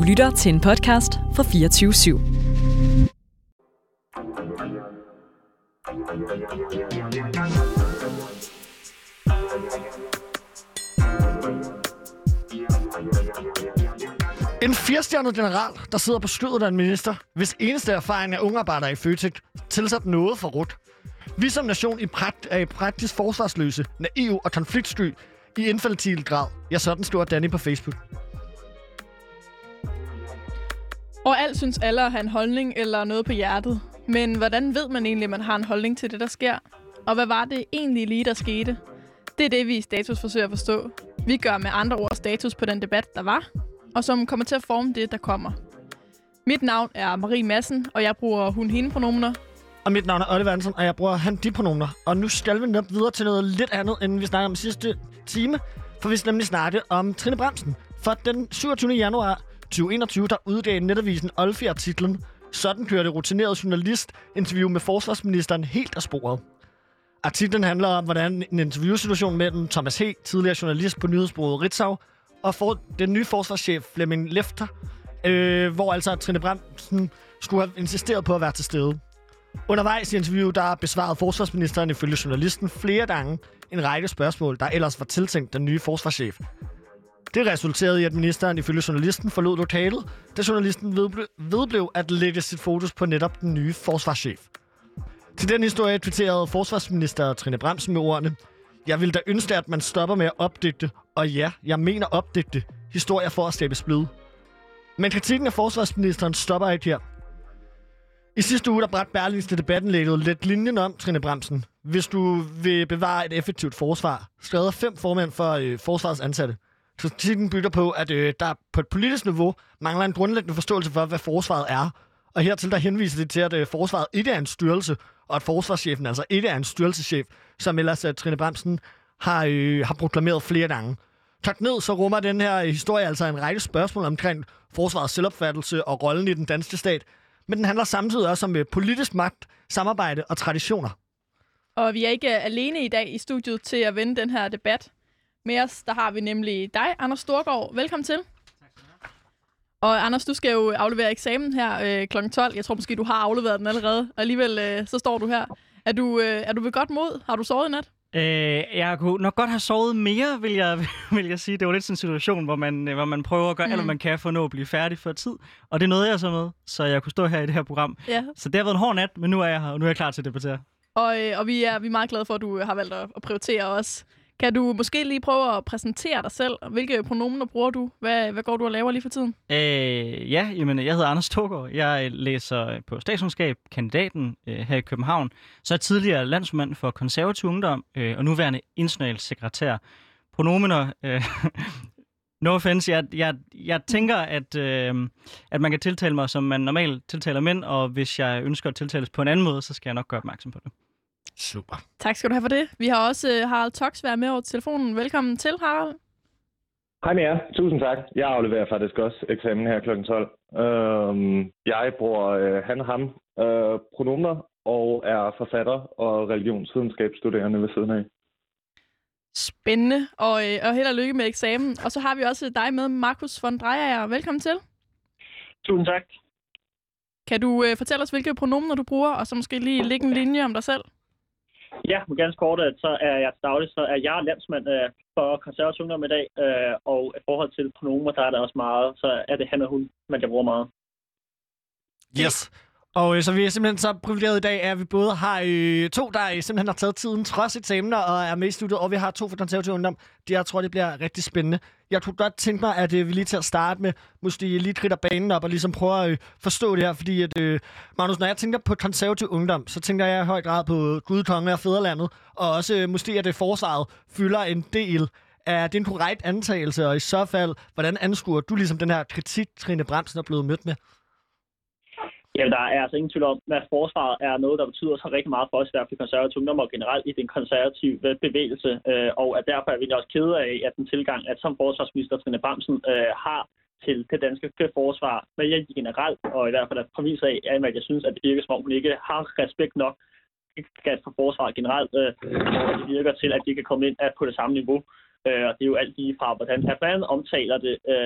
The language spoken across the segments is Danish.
lytter til en podcast fra 24/7. En 4-stjernet general, der sidder på skødet af en minister, hvis eneste erfaring er ungarbejdere i Føtex, tilsat noget for rødt. Vi som nation er i praktisk forsvarsløse, naive og konfliktsky i infantil grad. Ja, sådan skriver Danny på Facebook. Og alt synes alle at have en holdning eller noget på hjertet. Men hvordan ved man egentlig, at man har en holdning til det, der sker? Og hvad var det egentlig lige, der skete? Det er det, vi i Status forsøger at forstå. Vi gør med andre ord status på den debat, der var, og som kommer til at forme det, der kommer. Mit navn er Marie Madsen, og jeg bruger hun-hende-pronomener. Og mit navn er Oliver Hansen, og jeg bruger han-de-pronomener. Og nu skal vi nok videre til noget lidt andet, end vi snakker om sidste time. For vi skal nemlig snakke om Trine Bramsen. For den 27. januar 2021, der udgav netavisen Olfi artiklen "Sådan kørte rutineret journalistinterview med forsvarsministeren helt af sporet". Artiklen handler om, hvordan en interviewsituation mellem Thomas H., tidligere journalist på nyhedsbureauet Ritzau, og den nye forsvarschef Flemming Lefter, hvor altså Trine Bramsen skulle have insisteret på at være til stede. Undervejs i interviewet, der besvarede forsvarsministeren ifølge journalisten flere gange en række spørgsmål, der ellers var tiltænkt den nye forsvarschef. Det resulterede i, at ministeren ifølge journalisten forlod lokalet, da journalisten vedblev at lægge sit fokus på netop den nye forsvarschef. Til den historie kvitterede forsvarsminister Trine Bramsen med ordene: "Jeg vil da ønske, at man stopper med at opdigte, og ja, jeg mener opdigte, historier for at skabe splid." Men kritikken af forsvarsministeren stopper ikke her. I sidste uge, der bragte Berlingske Debatindlægget lidt linjen om Trine Bramsen. Hvis du vil bevare et effektivt forsvar, skrev 5 formænd for forsvarets ansatte. Kritikken bygger på, at der på et politisk niveau mangler en grundlæggende forståelse for, hvad forsvaret er. Og hertil der henviser det til, at forsvaret ikke er en styrelse, og at forsvarschefen altså ikke er en styrelseschef, som ellers Trine Bramsen har proklameret flere gange. Tak ned, så rummer den her historie altså en række spørgsmål omkring forsvarets selvopfattelse og rollen i den danske stat. Men den handler samtidig også om politisk magt, samarbejde og traditioner. Og vi er ikke alene i dag i studiet til at vende den her debat. Med os, der har vi nemlig dig, Anders Storgård. Velkommen til. Tak skal du have. Og Anders, du skal jo aflevere eksamen her kl. 12. Jeg tror måske, du har afleveret den allerede. Og alligevel så står du her. Er du ved godt mod? Har du sovet i nat? Jeg kunne nok godt have sovet mere, vil jeg sige. Det var lidt sådan en situation, hvor man prøver at gøre alt, hvad man kan for at nå at blive færdig før tid. Og det nåede jeg så med, så jeg kunne stå her i det her program. Ja. Så det har været en hård nat, men nu er jeg her, og nu er jeg klar til at debattere. Og vi er meget glade for, at du har valgt at prioritere os. Kan du måske lige prøve at præsentere dig selv? Hvilke pronomener bruger du? Hvad går du og laver lige for tiden? Jeg hedder Anders Storgård. Jeg læser på statskundskab, kandidaten her i København. Så er jeg tidligere landsmand for Konservativ Ungdom og nuværende international sekretær. Pronomener... No offense, jeg tænker, at man kan tiltale mig, som man normalt tiltaler mænd, og hvis jeg ønsker at tiltales på en anden måde, så skal jeg nok gøre opmærksom på det. Super. Tak skal du have for det. Vi har også Harald Tox været med over telefonen. Velkommen til, Harald. Hej med jer. Tusind tak. Jeg afleverer faktisk også eksamen her kl. 12. Jeg bruger han-ham pronomener og er forfatter og religionsvidenskabsstuderende ved siden af. Spændende, og held og lykke med eksamen. Og så har vi også dig med, Markus von Dreyer. Velkommen til. Tusind tak. Kan du fortælle os, hvilke pronomener du bruger, og så måske lige lægge en linje om dig selv? Ja, ganske kort, så er jeg daglig, så er jeg landsmand for Konservativ Ungdom i dag, og i forhold til pronomener, der er der også meget, så er det han og hun, man kan bruge meget. Yes. Og så vi er simpelthen så privilegeret i dag, at vi både har 2, der simpelthen har taget tiden trods eksamener og er med i studiet, og vi har 2 fra Konservativ Ungdom. Jeg tror, det bliver rigtig spændende. Jeg kunne godt tænke mig, at vi lige til at starte med, måske lige kridter banen op og ligesom prøver at forstå det her, fordi at, Magnus, når jeg tænker på Konservativ Ungdom, så tænker jeg i høj grad på Gud, konge og fædrelandet, og også måske, at forsvaret fylder en del. Er det en korrekt antagelse, og i så fald, hvordan anskuer du ligesom den her kritik, Trine Bramsen er blevet mødt med? Jamen, der er altså ingen tvivl om, at forsvaret er noget, der betyder så rigtig meget for os, derfor Konservativ Ungdom og generelt i den konservative bevægelse. Og at derfor er vi også kede af, at den tilgang, at som forsvarsminister Trine Bramsen har til det danske forsvar, men jeg generelt, og i hvert fald at præmis af, at jeg synes, at det virker som om, hun ikke har respekt nok for forsvaret generelt, og det virker til, at de kan komme ind på det samme niveau. Og det er jo alt lige fra, hvordan han omtaler det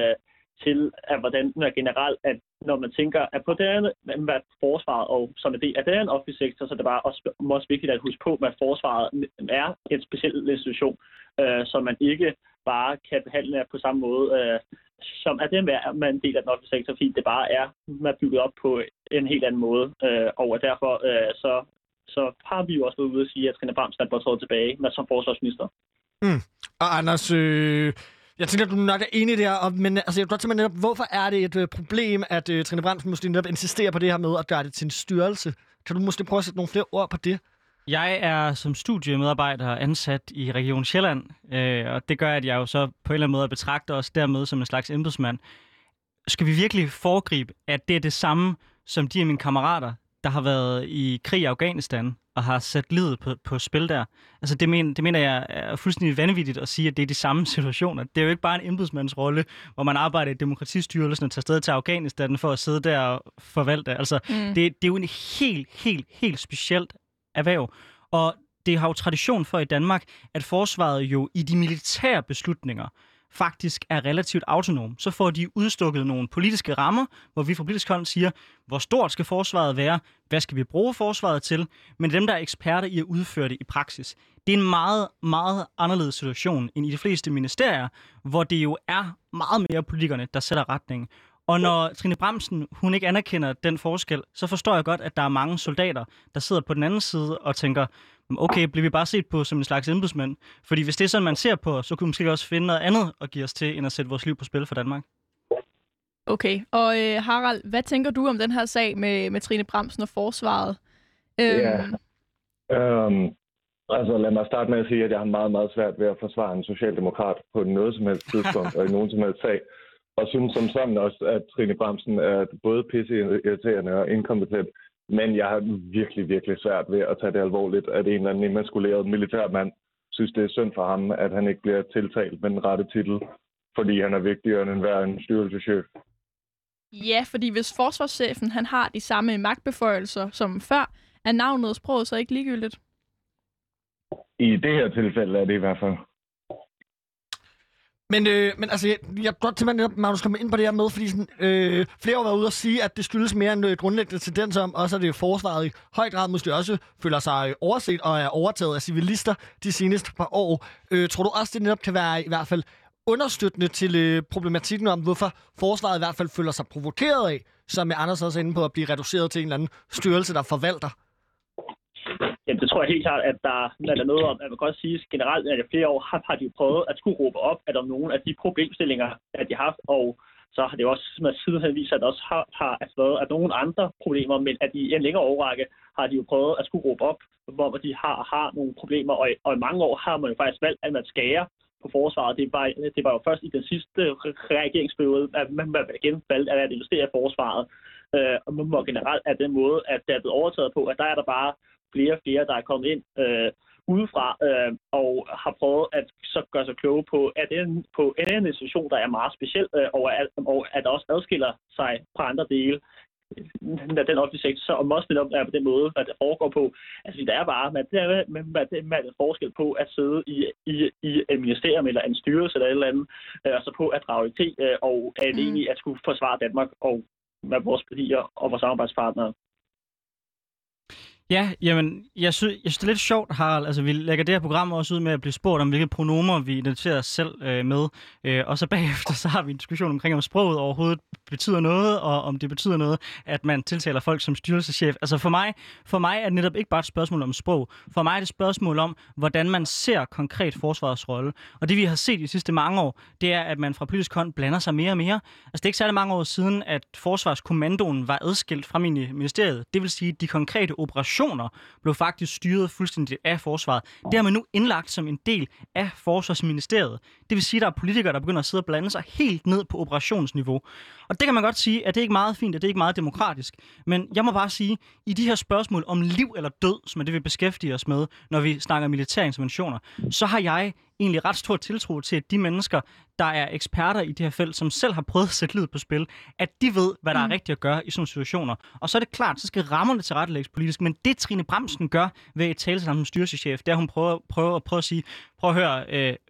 til, at hvordan man generelt, at når man tænker, at på det andet, hvad forsvaret, og som en del af det er en offentlig sektor, så det er bare også vigtigt at huske på, at forsvaret er en speciel institution, som man ikke bare kan behandle på samme måde, som at det er man en del af den offentlige sektor, fordi det bare er man bygget op på en helt anden måde, og derfor så har vi jo også været ude at sige, at Trine Bramsen er blevet taget tilbage som forsvarsminister. Og Anders, jeg tænker, at du nok er enig der, men altså, jeg vil godt simpelthen netop, hvorfor er det et problem, at Trine Bramsen måske netop insisterer på det her med at gøre det til en styrelse? Kan du måske prøve at sætte nogle flere ord på det? Jeg er som studiemedarbejder ansat i Region Sjælland, og det gør, at jeg jo så på en eller anden måde betragter os dermed som en slags embedsmand. Skal vi virkelig foregribe, at det er det samme som de af mine kammerater, der har været i krig i Afghanistan og har sat livet på spil der? Altså det mener jeg er fuldstændig vanvittigt at sige, at det er de samme situationer. Det er jo ikke bare en embedsmandsrolle, hvor man arbejder i demokratistyrelsen og tager sted til Afghanistan for at sidde der og forvalte. Altså det er jo en helt specielt erhverv. Og det har jo tradition for i Danmark, at forsvaret jo i de militære beslutninger faktisk er relativt autonom. Så får de udstukket nogle politiske rammer, hvor vi fra politisk hold siger, hvor stort skal forsvaret være, hvad skal vi bruge forsvaret til, men dem, der er eksperter i at udføre det i praksis. Det er en meget, meget anderledes situation end i de fleste ministerier, hvor det jo er meget mere politikerne, der sætter retningen. Og når Trine Bramsen, hun ikke anerkender den forskel, så forstår jeg godt, at der er mange soldater, der sidder på den anden side og tænker, okay, bliver vi bare set på som en slags embedsmænd? Fordi hvis det er sådan, man ser på, så kunne vi måske også finde noget andet at give os til, end at sætte vores liv på spil for Danmark. Okay, og Harald, hvad tænker du om den her sag med Trine Bramsen og forsvaret? Altså lad mig starte med at sige, at jeg har meget, meget svært ved at forsvare en socialdemokrat på noget som helst tidspunkt og i nogen som helst sag. Og synes som sådan også, at Trine Bramsen er både pisseirriterende og inkompetent. Men jeg har virkelig, virkelig svært ved at tage det alvorligt, at en eller anden emaskuleret militærmand synes, det er synd for ham, at han ikke bliver tiltalt med den rette titel, fordi han er vigtigere end hver en styrelseschef. Ja, fordi hvis forsvarschefen han har de samme magtbeføjelser som før, er navnet og sproget så ikke ligegyldigt? I det her tilfælde er det i hvert fald. Men altså, jeg godt til, at Magnus kommer ind på det her med, fordi sådan, flere har været ude at sige, at det skyldes mere en grundlæggende tendens om, også at det forsvaret i høj grad måske også føler sig overset og er overtaget af civilister de seneste par år. Tror du også, det netop kan være i hvert fald understøttende til problematikken om, hvorfor forsvaret i hvert fald føler sig provokeret af, som Anders også er inde på, at blive reduceret til en eller anden styrelse, der forvalter? Jamen, det tror jeg helt klart, at der er noget om, at man kan godt sige generelt, at i flere år har de prøvet at skulle råbe op, at om nogle af de problemstillinger, at de har haft, og så har det også med sidenhen vist, at der også har været at nogle andre problemer, men at i en længere årrække har de jo prøvet at skulle råbe op, hvor de har nogle problemer, og i mange år har man jo faktisk valgt, at man skærer på forsvaret. Det var jo først i den sidste regeringsperiode, at man igen valgte at investere i forsvaret. Og man må generelt af den måde, at det er blevet overtaget på, at der er der bare flere og flere, der er kommet ind udefra og har prøvet at så gøre sig kloge på, at det er en institution, der er meget speciel, og at der også adskiller sig fra andre dele af den offentlige sektor, så også er på den måde, at det foregår på. Altså, der er bare med en forskel på at sidde i et ministerium eller en styrelse eller et eller andet, og så på at drage til og at egentlig at skulle forsvare Danmark og med vores værdier og vores samarbejdspartnere. Ja, jamen, jeg synes, det er lidt sjovt, Harald. Altså, vi lægger det her program også ud med at blive spurgt om, hvilke pronomer vi identificerer os selv med. Og så bagefter, så har vi en diskussion omkring, om sproget overhovedet betyder noget, og om det betyder noget, at man tiltaler folk som styrelseschef. Altså, for mig er det netop ikke bare et spørgsmål om sprog. For mig er det et spørgsmål om, hvordan man ser konkret forsvarets rolle. Og det, vi har set i de sidste mange år, det er, at man fra politisk hånd blander sig mere og mere. Altså, det er ikke særlig mange år siden, at forsvarskommandoen var adskilt fra ministeriet. Det vil sige, at de konkrete operationer blev faktisk styret fuldstændig af forsvaret. Det har man nu indlagt som en del af forsvarsministeriet. Det vil sige, at der er politikere, der begynder at sidde og blande sig helt ned på operationsniveau. Og det kan man godt sige, at det ikke er meget fint, at det ikke er meget demokratisk. Men jeg må bare sige, i de her spørgsmål om liv eller død, som er det, vi beskæftiger os med, når vi snakker militære interventioner, så har jeg egentlig ret stor tiltro til, at de mennesker, der er eksperter i det her felt, som selv har prøvet at sætte livet på spil, at de ved, hvad der er rigtigt at gøre i sådan situationer. Og så er det klart, så skal rammerne tilrettelægges politisk. Men det Trine Bramsen gør ved at tale som styrelseschef, det er, at hun prøver at sige, prøv at høre,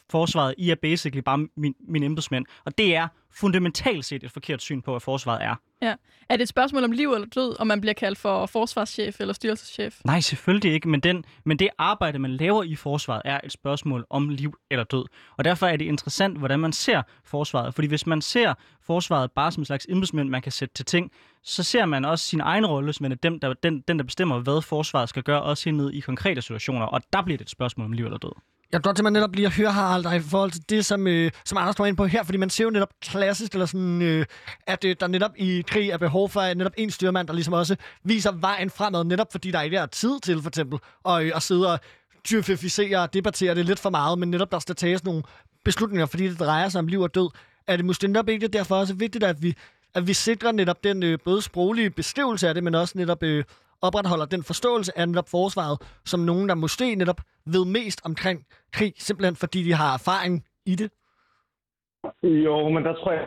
forsvaret, I er basically bare mine embedsmænd. Og det er fundamentalt set et forkert syn på, hvad forsvaret er. Ja. Er det et spørgsmål om liv eller død, om man bliver kaldt for forsvarschef eller styrelseschef? Nej, selvfølgelig ikke, men det arbejde, man laver i forsvaret, er et spørgsmål om liv eller død. Og derfor er det interessant, hvordan man ser forsvaret. Fordi hvis man ser forsvaret bare som en slags embedsmænd, man kan sætte til ting, så ser man også sin egen rolle, som den, der bestemmer, hvad forsvaret skal gøre, også ned i konkrete situationer. Og der bliver det et spørgsmål om liv eller død. Jeg tror til man netop lige at høre, Harald, i forhold til det, som Anders kommer ind på her, fordi man ser jo netop klassisk, eller sådan, at der netop i krig er behov for netop en styrmand, der ligesom også viser vejen fremad, netop fordi der ikke er tid til, for eksempel, at sidde og dyrfificere og debattere det lidt for meget, men netop der skal tages nogle beslutninger, fordi det drejer sig om liv og død. Er det måske netop ikke derfor også vigtigt, at vi sikrer netop den både sproglige beskrivelse af det, men også netop opretholder den forståelse af netop forsvaret, som nogen, der måske netop ved mest omkring krig, simpelthen fordi de har erfaring i det? Jo, men der tror jeg,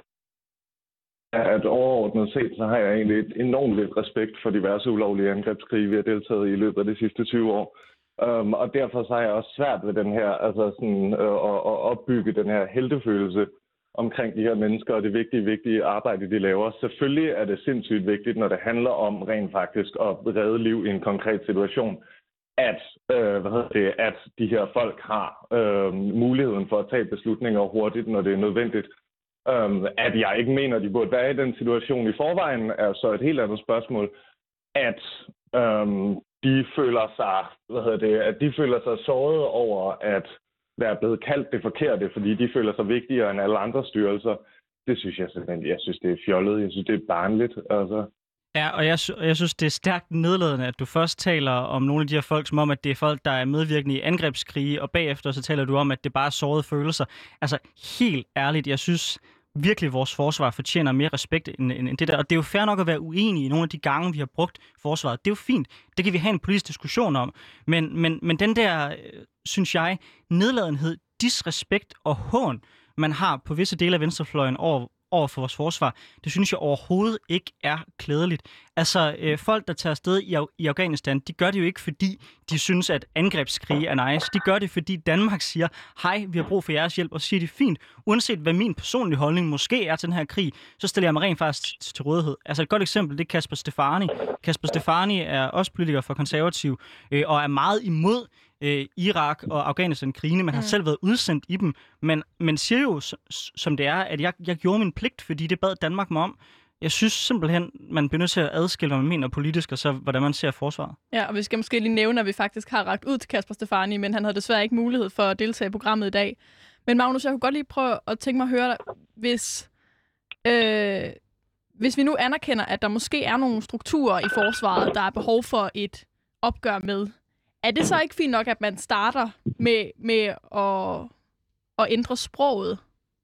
at overordnet set, så har jeg egentlig et enormt lidt respekt for diverse ulovlige angrebskrige, vi har deltaget i løbet af de sidste 20 år. Og derfor så har jeg også svært ved den her, altså sådan, at opbygge den her heltefølelse omkring de her mennesker, og det vigtige arbejde, de laver. Selvfølgelig er det sindssygt vigtigt, når det handler om rent faktisk at redde liv i en konkret situation, at, at de her folk har muligheden for at tage beslutninger hurtigt, når det er nødvendigt. At jeg ikke mener, at de burde være i den situation i forvejen, er så et helt andet spørgsmål. At de føler sig såret over, at være blevet kaldt det forkerte, fordi de føler sig vigtigere end alle andre styrelser. Det synes jeg simpelthen, jeg synes, det er fjollet. Jeg synes, det er barnligt. Altså. Ja, og jeg synes, det er stærkt nedladende, at du først taler om nogle af de her folk, som om, at det er folk, der er medvirkende i angrebskrige, og bagefter så taler du om, at det bare er sårede følelser. Altså, helt ærligt, jeg synes virkelig, at vores forsvar fortjener mere respekt end det der. Og det er jo fair nok at være uenige i nogle af de gange, vi har brugt forsvaret. Det er jo fint. Det kan vi have en politisk diskussion om. Men den der, synes jeg, nedladenhed, disrespekt og hån, man har på visse dele af venstrefløjen over for vores forsvar, det synes jeg overhovedet ikke er klædeligt. Altså, folk, der tager afsted i Afghanistan, de gør det jo ikke, fordi de synes, at angrebskrige er nice. De gør det, fordi Danmark siger, hej, vi har brug for jeres hjælp, og siger det fint. Uanset hvad min personlige holdning måske er til den her krig, så stiller jeg mig rent faktisk til rådighed. Altså, et godt eksempel, det er Kasper Stefani. Kasper Stefani er også politiker for Konservativ, og er meget imod Irak og Afghanistan-krigene, man har selv været udsendt i dem, men siger jo, som det er, at jeg gjorde min pligt, fordi det bad Danmark mig om. Jeg synes simpelthen, man bliver nødt til at adskille, hvad man mener politisk, og så hvordan man ser forsvaret. Ja, og vi skal måske lige nævne, at vi faktisk har rakt ud til Kasper Stefani, men han havde desværre ikke mulighed for at deltage i programmet i dag. Men Magnus, jeg kunne godt lige prøve at tænke mig at høre dig, hvis vi nu anerkender, at der måske er nogle strukturer i forsvaret, der er behov for et opgør med, er det så ikke fint nok, at man starter med at ændre sproget?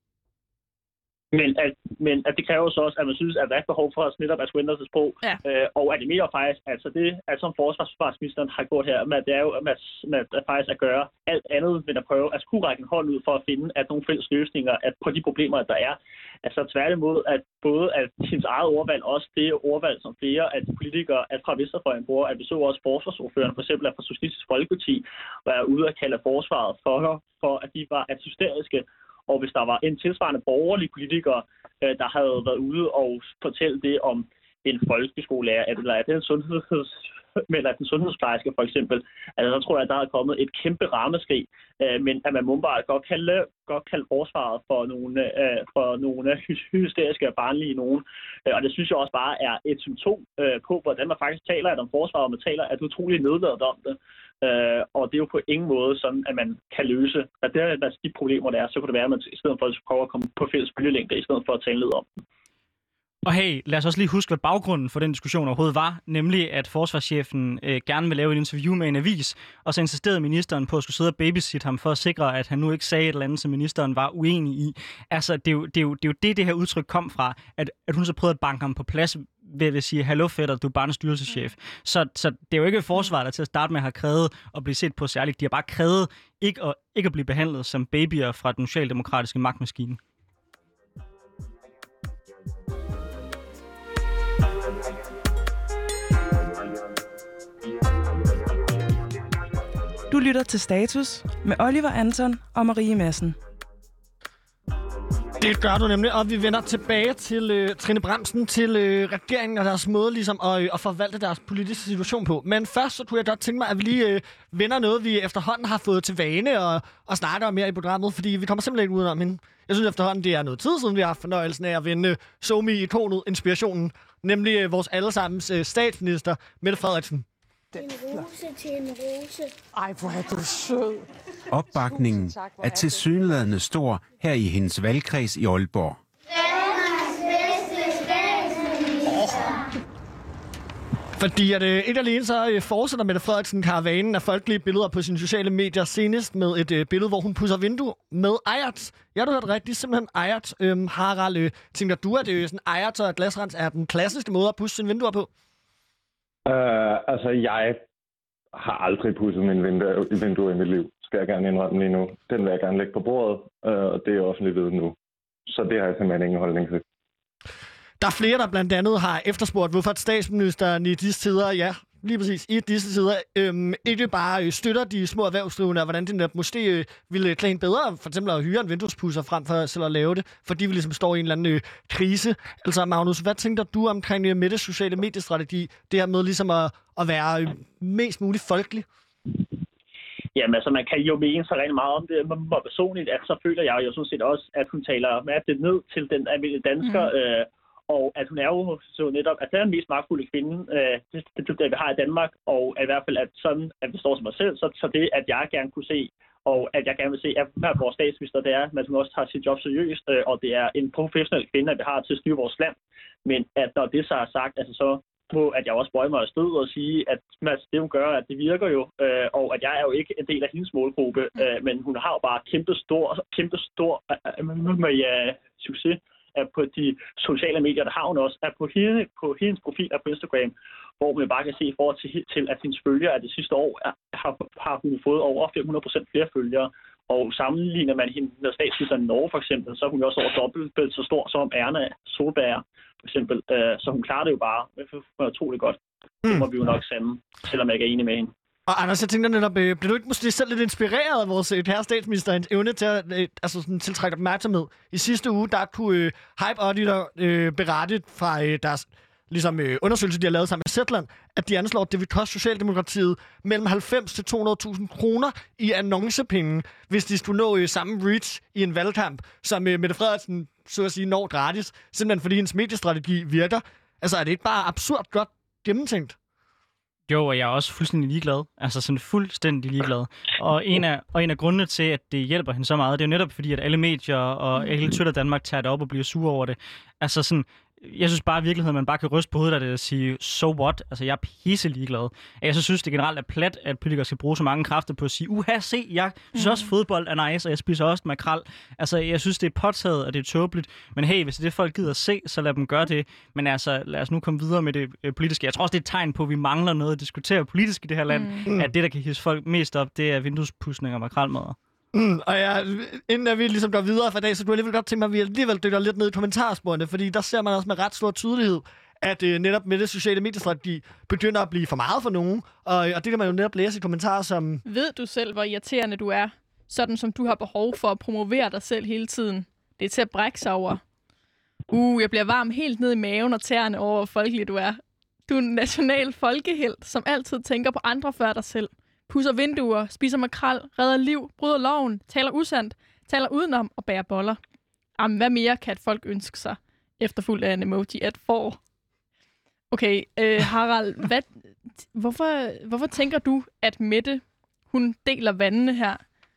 Men at det kræver så også, at man synes, at der er behov for os netop at skulle ændre sig sprog. Ja. Og at det mere faktisk, altså det, at som forsvarsministeren har gjort her, med, det er jo med at faktisk at gøre alt andet, men at prøve at skulle række en hånd ud for at finde at nogle fælles løsninger at på de problemer, der er. Altså tværtimod, at både at hendes eget ordvalg, også det ordvalg, som flere af de politikere at fra Venstrefløjen bruger, at vi så også forsvarsordføreren, for eksempel fra Socialistisk Folkeparti, var ude at kalde forsvaret for at de var hysteriske. Og hvis der var en tilsvarende borgerlig politiker, der havde været ude og fortælle det om en folkeskolelærer, eller at den sundhedsplejerske for eksempel, altså så tror jeg, at der er kommet et kæmpe rammeskrig, men at man må bare godt kalde forsvaret for nogle hysteriske og barnlige nogen. Og det synes jeg også bare er et symptom på, hvordan man faktisk taler om forsvaret, og man taler at utroligt nedladet om det. Og det er jo på ingen måde sådan, at man kan løse at det er de problemer, der er. Så kunne det være, at man i stedet for at prøve at komme på fælles bølgelængde, i stedet for at tale lidt om dem. Og hey, lad os også lige huske, hvad baggrunden for den diskussion overhovedet var, nemlig at forsvarschefen gerne vil lave et interview med en avis, og så insisterede ministeren på at skulle sidde og babysitte ham for at sikre, at han nu ikke sagde et eller andet, som ministeren var uenig i. Altså, det er jo det her udtryk kom fra, at hun så prøvede at banke ham på plads ved at sige, hallo fætter, du er bare en styrelseschef. Så det er jo ikke forsvaret, der til at starte med har krævet at blive set på særligt. De har bare krævet ikke at blive behandlet som babyer fra den socialdemokratiske magtmaskine. Du lytter til Status med Oliver Anton og Marie Madsen. Det gør du nemlig, og vi vender tilbage til Trine Bramsen, til regeringen og deres måde ligesom at forvalte deres politiske situation på. Men først så kunne jeg godt tænke mig, at vi lige vender noget, vi efterhånden har fået til vane og snakker om mere i programmet, fordi vi kommer simpelthen ikke udenom hende. Jeg synes efterhånden, det er noget tid siden, vi har haft fornøjelsen af at vende SoMe-ikonet, inspirationen, nemlig vores allesammens statsminister, Mette Frederiksen. En rose til en rose. Ej, hvor er du sød. Opbakningen er tilsyneladende stor her i hendes valgkreds i Aalborg. Fordi at ikke alene så fortsætter Mette Frederiksen karavanen af folkelige billeder på sine sociale medier, senest med et billede, hvor hun pudser vindue med Ajax. Jeg har hørt rigtigt, simpelthen Ajax. Harald, tænker du, at sådan Ajax og glasrens er den klassiske måde at pusse sine vinduer på? Altså, jeg har aldrig pudset mine vinduer i mit liv, skal jeg gerne indrømme lige nu. Den vil jeg gerne lægge på bordet, og det er offentlig viden nu. Så det har jeg simpelthen ingen holdning til. Der er flere, der blandt andet har efterspurgt, hvorfor statsministeren i disse tider, ja, lige præcis i disse tider, ikke bare støtter de små erhvervsdrivende, og hvordan de måske ville klage bedre, for eksempel at hyre en vinduespudser frem for selv at lave det, fordi vi ligesom står i en eller anden krise. Altså Magnus, hvad tænker du omkring Mettes sociale mediestrategi, det her med ligesom at være mest muligt folkelig? Jamen, altså, man kan jo mene så rigtig meget om det, men personligt, at så føler jeg jo sådan set også, at hun taler med det ned til den almindelige dansker, og at hun er jo så netop, at det er den mest magtfulde kvinde, det vi har i Danmark, og i hvert fald, at sådan, at det står som mig selv, så det, at jeg gerne kunne se, og at jeg gerne vil se, at vores statsminister, det er, at hun også tager sit job seriøst, og det er en professionel kvinde, at vi har til at styre vores land. Men at når det så er sagt, altså så må, at jeg også bøjer mig af stød og sige, at det hun gør, at det virker jo, og at jeg er jo ikke en del af hendes målgruppe, men hun har jo bare kæmpe stor succes på de sociale medier, der har hun også, er på hendes profil på Instagram, hvor man bare kan se i forhold til at hendes følgere af det sidste år har hun fået over 500% flere følgere. Og sammenligner man hende med statsministeren i Norge for eksempel, så er hun jo også over dobbelt så stor som Erna Solberg for eksempel. Så hun klarer det jo bare utroligt godt. Det må vi jo nok sande, selvom jeg ikke er enig med hende. Og Anders, jeg tænker netop, bliver du ikke måske selv lidt inspireret af vores herre statsministerens evne til at sådan tiltrække opmærksomhed? I sidste uge, der kunne Hype Auditor berette fra deres undersøgelse, de har lavet sammen med Zetland, at de anslår, at det vil koste Socialdemokratiet mellem 90 til 200.000 kroner i annoncepenge, hvis de skulle nå samme reach i en valgkamp, som Mette Frederiksen, så at sige, når gratis, simpelthen fordi hendes mediestrategi virker. Altså, er det ikke bare absurd godt gennemtænkt? Jo, og jeg er også fuldstændig ligeglad. Altså sådan fuldstændig ligeglad. Og en af grundene til, at det hjælper hende så meget, det er jo netop fordi, at alle medier og hele Twitter Danmark tager det op og bliver sure over det. Altså sådan, jeg synes bare i virkeligheden, man bare kan ryste på hovedet af det og sige, so what? Altså, jeg er pisse ligeglad. Jeg så synes, det generelt er plat, at politikere skal bruge så mange kræfter på at sige, se, jeg synes også, fodbold er nice, og jeg spiser også makrel. Altså, jeg synes, det er påtaget, og det er tåbeligt. Men hey, hvis det er det, folk gider at se, så lad dem gøre det. Men altså, lad os nu komme videre med det politiske. Jeg tror også, det er et tegn på, at vi mangler noget at diskutere politisk i det her land. At det, der kan hisse folk mest op, det er vinduespudsning og makrelmadder. Og inden vi ligesom går videre fra dag, så kunne jeg alligevel godt tænke mig, at vi alligevel dykker lidt ned i kommentarsporene, fordi der ser man også med ret stor tydelighed, at netop med det sociale mediestrategi begynder at blive for meget for nogen, og det kan man jo netop læse i kommentarer som... Ved du selv, hvor irriterende du er, sådan som du har behov for at promovere dig selv hele tiden? Det er til at brække sig over. Jeg bliver varm helt ned i maven og tæerne over, hvor folkelig du er. Du er en national folkehelt, som altid tænker på andre før dig selv. Pusser vinduer, spiser makrel, redder liv, bryder loven, taler usandt, taler udenom og bærer boller. Jamen, hvad mere kan et folk ønske sig? Efterfulgt af en emoji at får. Okay, Harald, hvorfor tænker du, at Mette, hun deler vandene her?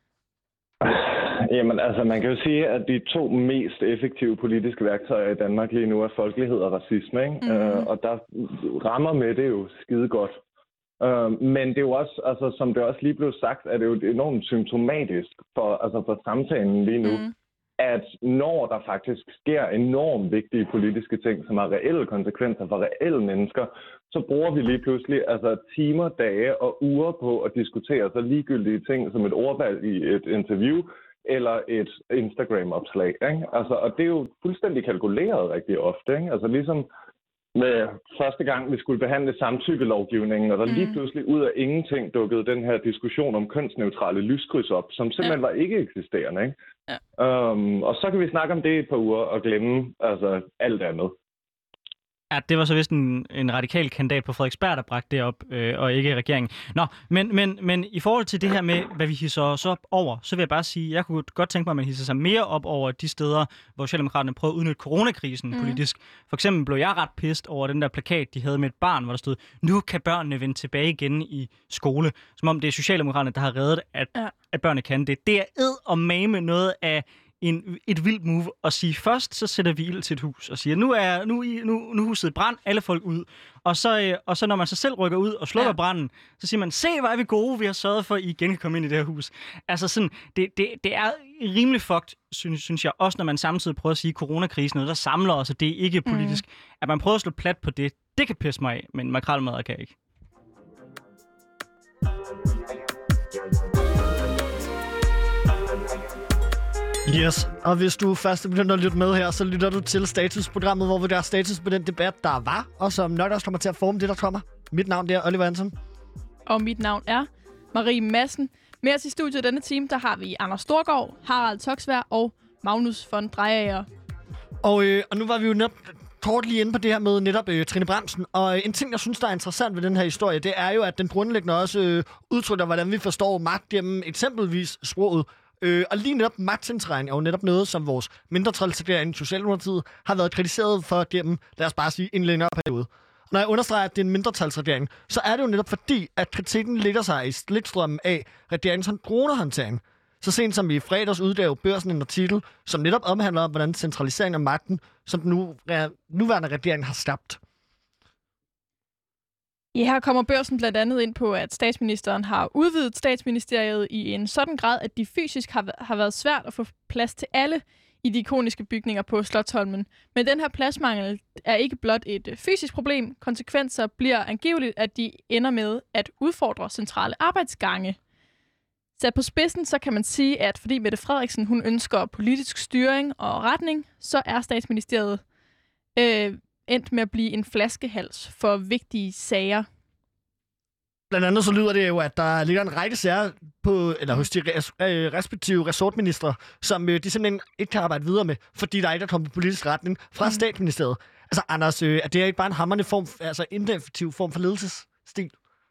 Jamen, altså, man kan jo sige, at de to mest effektive politiske værktøjer i Danmark lige nu er folkelighed og racisme, ikke? Og der rammer Mette jo skide godt. Men det er jo også, altså, som det også lige blev sagt, er det jo enormt symptomatisk for samtalen lige nu, at når der faktisk sker enormt vigtige politiske ting, som har reelle konsekvenser for reelle mennesker, så bruger vi lige pludselig timer, dage og uger på at diskutere så ligegyldige ting som et ordvalg i et interview eller et Instagram-opslag. Ikke? Altså, og det er jo fuldstændig kalkuleret rigtig ofte. Ikke? Altså ligesom med første gang, vi skulle behandle samtykkelovgivningen, og der lige pludselig ud af ingenting dukkede den her diskussion om kønsneutrale lyskryds op, som simpelthen var ikke eksisterende. Ikke? Ja. Og så kan vi snakke om det et par uger og glemme alt andet. Ja, det var så vist en radikal kandidat på Frederiksberg, der bragte det op, og ikke regeringen. Nå, men i forhold til det her med, hvad vi hisser os op over, så vil jeg bare sige, at jeg kunne godt tænke mig, at man hisser sig mere op over de steder, hvor Socialdemokraterne prøvede at udnytte coronakrisen politisk. For eksempel blev jeg ret pissed over den der plakat, de havde med et barn, hvor der stod, nu kan børnene vende tilbage igen i skole. Som om det er Socialdemokraterne, der har reddet, at børnene kan det. Det er eddermame noget af et vildt move at sige, først så sætter vi ild til et hus og siger, nu huset i brand, alle folk ud. Og så når man så selv rykker ud og slukker branden, så siger man, se hvor er vi gode, vi har sørget for, at I igen kan komme ind i det her hus. Altså sådan, det er rimelig fucked, synes jeg, også når man samtidig prøver at sige, coronakrisen noget, der samler os, og det er ikke politisk. At man prøver at slå plat på det kan pisse mig af, men makrelmadder kan ikke. Yes, og hvis du først begynder at lytte med her, så lytter du til statusprogrammet, hvor vi gør status på den debat, der var, og som nok også kommer til at forme det, der kommer. Mit navn er Oliver Hansen. Og mit navn er Marie Madsen. Med os i studiet denne time, der har vi Anders Storgård, Harald Toksvær og Magnus von Drejager. Og nu var vi jo netop kort lige inde på det her med netop Trine Bramsen. Og en ting, jeg synes, der er interessant ved den her historie, det er jo, at den grundlæggende også udtrykker, hvordan vi forstår magt gennem eksempelvis sproget. Og lige netop magtcentrering er jo netop noget, som vores mindretalsregering i Socialdemokratiet har været kritiseret for gennem, lad os bare sige, en længere periode. Og når jeg understreger, at det er en mindretalsregering, så er det jo netop fordi, at kritikken ligger sig i slipstrømmen af regeringens coronahåndtering. Så sent som i fredags udgav Børsen en artikel, som netop omhandler, hvordan centralisering af magten, som den nuværende regering har skabt. Ja, her kommer Børsen blandt andet ind på, at statsministeren har udvidet statsministeriet i en sådan grad, at de fysisk har været svært at få plads til alle i de ikoniske bygninger på Slotsholmen. Men den her pladsmangel er ikke blot et fysisk problem. Konsekvenser bliver angiveligt, at de ender med at udfordre centrale arbejdsgange. Sat på spidsen, så kan man sige, at fordi Mette Frederiksen hun ønsker politisk styring og retning, så er statsministeriet endt med at blive en flaskehals for vigtige sager. Blandt andet så lyder det jo, at der ligger en række sager hos de respektive resortministre, som de simpelthen ikke kan arbejde videre med, fordi der ikke er kommet politisk retning fra statsministeriet. Altså Anders, er det ikke bare en hamrende form, altså ineffektiv form for ledelsesstil?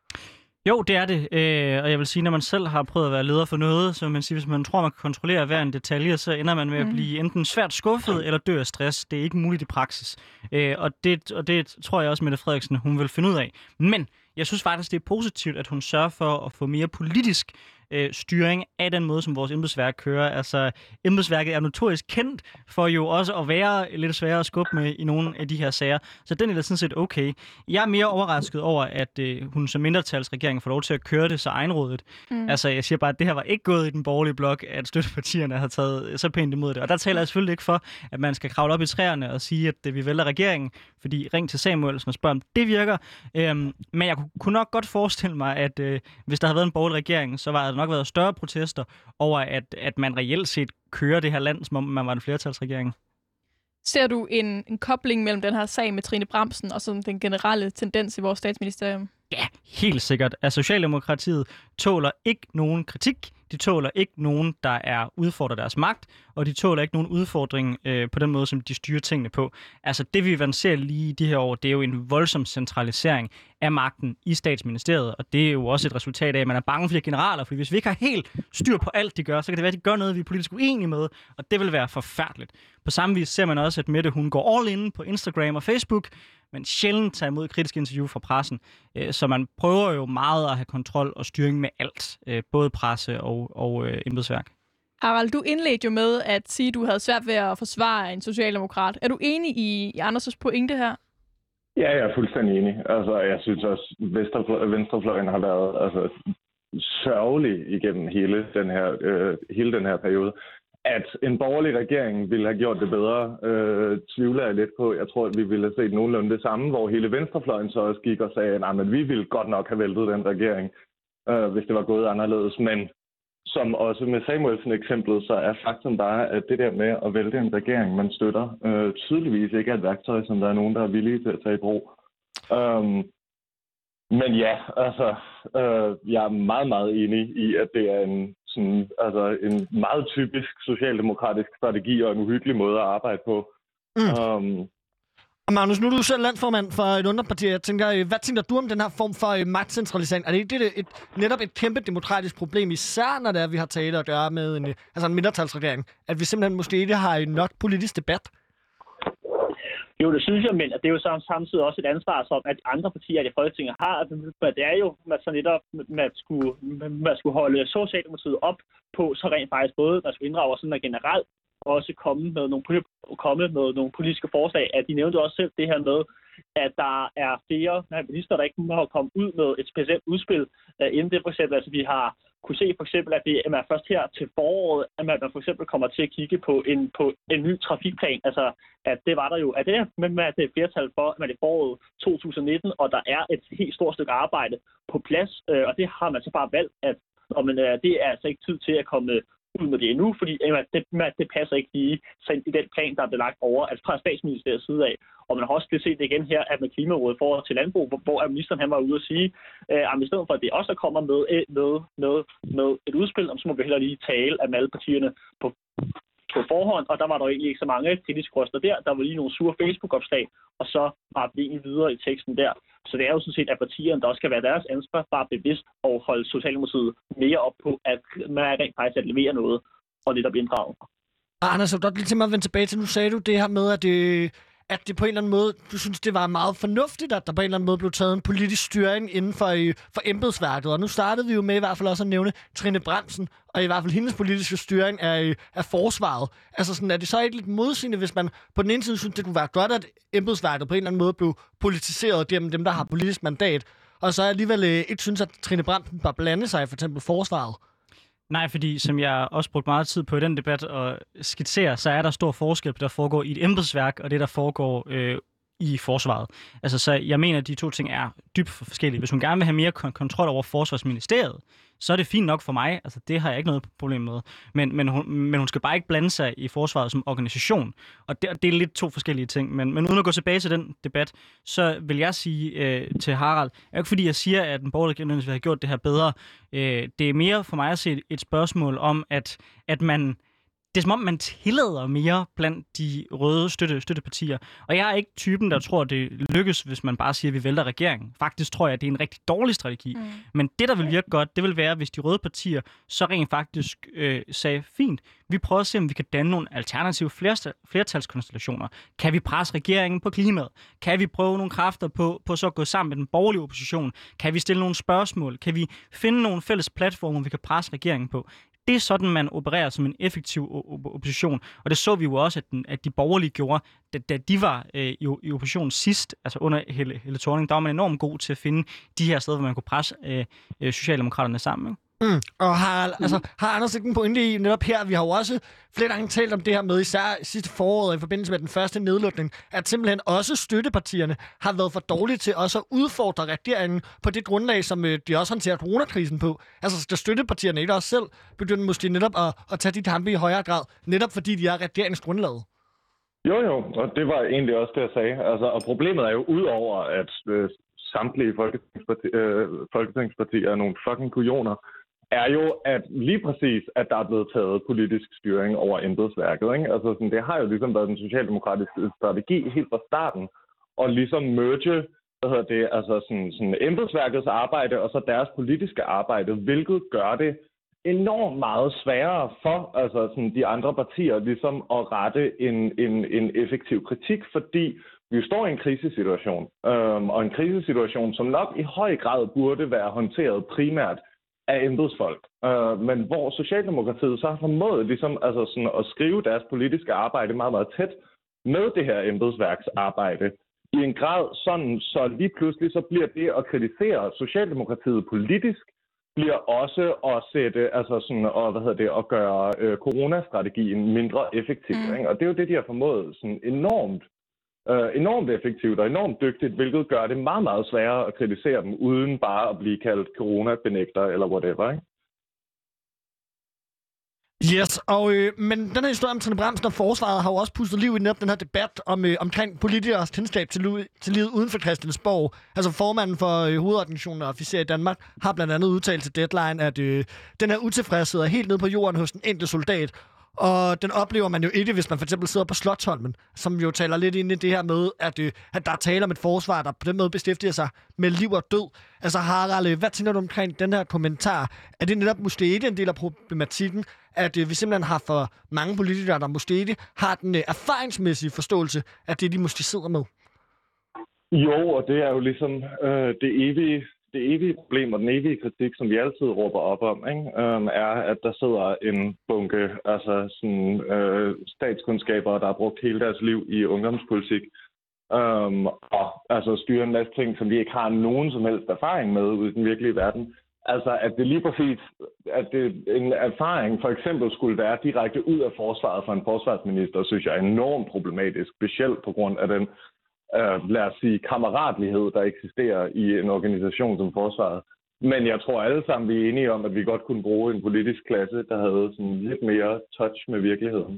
Jo, det er det. Og jeg vil sige, når man selv har prøvet at være leder for noget, så man siger, hvis man tror, man kan kontrollere hver en detalje, så ender man med at blive enten svært skuffet eller dø af stress. Det er ikke muligt i praksis. Og det tror jeg også, Mette Frederiksen hun vil finde ud af. Men jeg synes faktisk, det er positivt, at hun sørger for at få mere politisk styring af den måde, som vores embedsværk kører. Altså, embedsværket er notorisk kendt for jo også at være lidt sværere at skubbe med i nogle af de her sager. Så den er da sådan set okay. Jeg er mere overrasket over, at hun som mindretalsregering får lov til at køre det så egenrådigt. Altså, jeg siger bare, at det her var ikke gået i den borgerlige blok, at støttepartierne har taget så pænt imod det. Og der taler jeg selvfølgelig ikke for, at man skal kravle op i træerne og sige, at vi vælger regeringen, fordi ring til Samuelsen og spørg, om det virker. Men jeg kunne nok godt forestille mig, at hvis der havde været en borgerlig regering, så var der nok været større protester over, at man reelt set kører det her land, som om man var en flertalsregering. Ser du en kobling mellem den her sag med Trine Bramsen og sådan den generelle tendens i vores statsministerium? Ja, helt sikkert. At Socialdemokratiet tåler ikke nogen kritik. De tåler ikke nogen, der er udfordrer deres magt, og de tåler ikke nogen udfordring på den måde, som de styrer tingene på. Altså det, vi ser lige i de her år, det er jo en voldsom centralisering af magten i statsministeriet, og det er jo også et resultat af, at man er bange for de generaler, for hvis vi ikke har helt styr på alt, de gør, så kan det være, at de gør noget, vi er politisk uenige med, og det vil være forfærdeligt. På samme vis ser man også, at Mette hun går all in på Instagram og Facebook, men sjældent tager imod kritiske interview fra pressen. Så man prøver jo meget at have kontrol og styring med alt, både presse og embedsværk. Harald, du indledte jo med at sige, at du havde svært ved at forsvare en socialdemokrat. Er du enig i Anders' pointe her? Ja, jeg er fuldstændig enig. Altså, jeg synes også, at venstrefløjen har været sørgelig igennem hele den her periode. At en borgerlig regering ville have gjort det bedre, tvivler jeg lidt på. Jeg tror, at vi ville have set nogenlunde det samme, hvor hele venstrefløjen så også gik og sagde, at vi ville godt nok have væltet den regering, hvis det var gået anderledes. Men som også med Samuelsen-eksemplet, så er faktum bare, at det der med at vælte en regering, man støtter, tydeligvis ikke er et værktøj, som der er nogen, der er villige til at tage i brug. Men ja, altså, jeg er meget, meget enig i, at det er en meget typisk socialdemokratisk strategi og en uhyggelig måde at arbejde på. Og Magnus, nu er du selv landsformand for et underparti. Jeg tænker, hvad tænker du om den her form for magtcentralisering? Er det ikke netop et kæmpe demokratisk problem, især når det er, vi har talt at gøre med en mindretalsregering? At vi simpelthen måske ikke har nok politisk debat? Jo, det synes jeg, men det er jo samtidig også et ansvar, som at andre partier i Folketinget har. Det er jo så netop, man skulle holde Socialdemokratiet op på, så rent faktisk både, man skulle inddrage sådan at generelt også komme med nogle politiske forslag. At de nævnte også selv det her med, at der er flere minister, der ikke må komme ud med et specielt udspil, inden det for eksempel. Altså, vi har kunne se for eksempel, at det er først her til foråret, at man for eksempel kommer til at kigge på en ny trafikplan. Altså, at det var der jo, at det er et flertal for, at man i foråret 2019, og der er et helt stort stykke arbejde på plads, og det har man så bare valgt, at det er altså ikke tid til at komme ud med det endnu, fordi det passer ikke lige i den plan, der er belagt over, altså fra statsministeriets side af. Og man har også set det igen her, at med Klimarådet forhold til landbrug, hvor ministeren han var ude at sige, at i stedet for, at det også kommer med et udspil, så må vi heller lige tale med alle partierne på forhånd, og der var der egentlig ikke så mange kritiske røster der. Der var lige nogle sure Facebook-opslag, og så var vi egentlig videre i teksten der. Så det er jo sådan set, at partierne, der også skal være deres ansvar, bare bevidst og holde Socialdemokratiet mere op på, at man er rent faktisk at levere noget, og det der bliver inddraget. Anders, jeg vil godt lige til mig at vende tilbage til, nu sagde du det her med, at det på en eller anden måde, du synes, det var meget fornuftigt, at der på en eller anden måde blev taget en politisk styring inden for embedsværket. Og nu startede vi jo med i hvert fald også at nævne Trine Bramsen, og i hvert fald hendes politiske styring af forsvaret. Altså sådan, er det så ikke lidt modsigende, hvis man på den ene side synes, det kunne være godt, at embedsværket på en eller anden måde blev politiseret gennem dem, der har politisk mandat, og så alligevel ikke synes, at Trine Bramsen bare blande sig i for eksempel forsvaret? Nej, fordi som jeg også brugte meget tid på i den debat og skitsere, så er der stor forskel på det, der foregår i et embedsværk, og det, der foregår i forsvaret. Altså, så jeg mener, at de to ting er dybt forskellige. Hvis hun gerne vil have mere kontrol over Forsvarsministeriet, så er det fint nok for mig. Altså, det har jeg ikke noget problem med. Men hun skal bare ikke blande sig i forsvaret som organisation. Og det er lidt to forskellige ting. Men uden at gå tilbage til den debat, så vil jeg sige til Harald, er ikke fordi jeg siger, at den borgerlige regering vil have gjort det her bedre. Det er mere for mig at se et spørgsmål om, at man... Det er som om, man tillader mere blandt de røde støttepartier. Og jeg er ikke typen, der tror, det lykkes, hvis man bare siger, at vi vælter regeringen. Faktisk tror jeg, at det er en rigtig dårlig strategi. Men det, der vil virke godt, det vil være, hvis de røde partier så rent faktisk sagde, fint, vi prøver at se, om vi kan danne nogle alternative flertalskonstellationer. Kan vi presse regeringen på klimaet? Kan vi prøve nogle kræfter på så at gå sammen med den borgerlige opposition? Kan vi stille nogle spørgsmål? Kan vi finde nogle fælles platformer, vi kan presse regeringen på? Det er sådan, man opererer som en effektiv opposition. Og det så vi jo også, at de borgerlige gjorde, da de var i opposition sidst, altså under Helle Thorning, der var man enormt god til at finde de her steder, hvor man kunne presse Socialdemokraterne sammen. Og har Anders ikke en pointe i netop her? Vi har jo også flere gange talt om det her med, især sidste foråret i forbindelse med den første nedlukning, at simpelthen også støttepartierne har været for dårlige til også at udfordre regeringen på det grundlag, som de også håndterer coronakrisen på. Altså skal støttepartierne ikke også selv begynde måske netop at tage de kampe i højere grad, netop fordi de er regeringsgrundlaget? Jo, og det var egentlig også det, jeg sagde. Altså, og problemet er jo udover, at samtlige folketingspartier er nogle fucking kujoner, er jo, at lige præcis, at der er blevet taget politisk styring over embedsværket. Ikke? Altså, sådan, det har jo ligesom været den socialdemokratiske strategi helt fra starten, og ligesom merge, altså sådan embedsværkets arbejde og så deres politiske arbejde, hvilket gør det enormt meget sværere for altså sådan de andre partier ligesom at rette en effektiv kritik, fordi vi står i en krisesituation, og en krisesituation, som nok i høj grad burde være håndteret primært af embedsfolk, men hvor Socialdemokratiet så har formået ligesom, altså sådan, at skrive deres politiske arbejde meget, meget tæt med det her embedsværksarbejde i en grad sådan, så lige pludselig så bliver det at kritisere Socialdemokratiet politisk, bliver også at sætte, altså sådan, at gøre coronastrategien mindre effektiv. Ikke? Og det er jo det, de har formået sådan enormt effektivt og enormt dygtigt, hvilket gør det meget, meget sværere at kritisere dem, uden bare at blive kaldt coronabenægter eller whatever, ikke? Yes, men den her historie om Trine Bramsen og forsvaret har jo også pustet liv i netop den her debat omkring politikers kendskab til livet uden for Christiansborg. Altså formanden for hovedorganisationen af officerer i Danmark har blandt andet udtalt til Deadline, at den her utilfredshed er helt nede på jorden hos den enkelte soldat. Og den oplever man jo ikke, hvis man for eksempel sidder på Slotsholmen, som jo taler lidt ind i det her med, at der er tale om et forsvar, der på den måde beskæftiger sig med liv og død. Altså Harald, hvad tænker du omkring den her kommentar? Er det netop måske ikke en del af problematikken, at vi simpelthen har for mange politikere, der måske ikke har den erfaringsmæssige forståelse af det, de måske sidder med? Jo, og det er jo ligesom det evige problem og den evige kritik, som vi altid råber op om, ikke? Er, at der sidder en bunke statskundskaber, der har brugt hele deres liv i ungdomspolitik, og altså styre en masse ting, som de ikke har nogen som helst erfaring med ude i den virkelige verden. Altså, at det lige præcis, at det en erfaring for eksempel skulle være direkte ud af forsvaret for en forsvarsminister, synes jeg er enormt problematisk, specielt på grund af den lad os sige, kammeratlighed, der eksisterer i en organisation som forsvaret. Men jeg tror alle sammen, vi er enige om, at vi godt kunne bruge en politisk klasse, der havde sådan lidt mere touch med virkeligheden.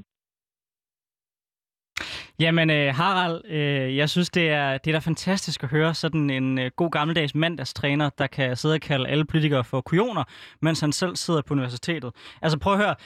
Jamen, Harald, jeg synes, det er da fantastisk at høre sådan en god gammeldags mandagstræner, der kan sidde og kalde alle politikere for kujoner, mens han selv sidder på universitetet. Altså, prøv at høre.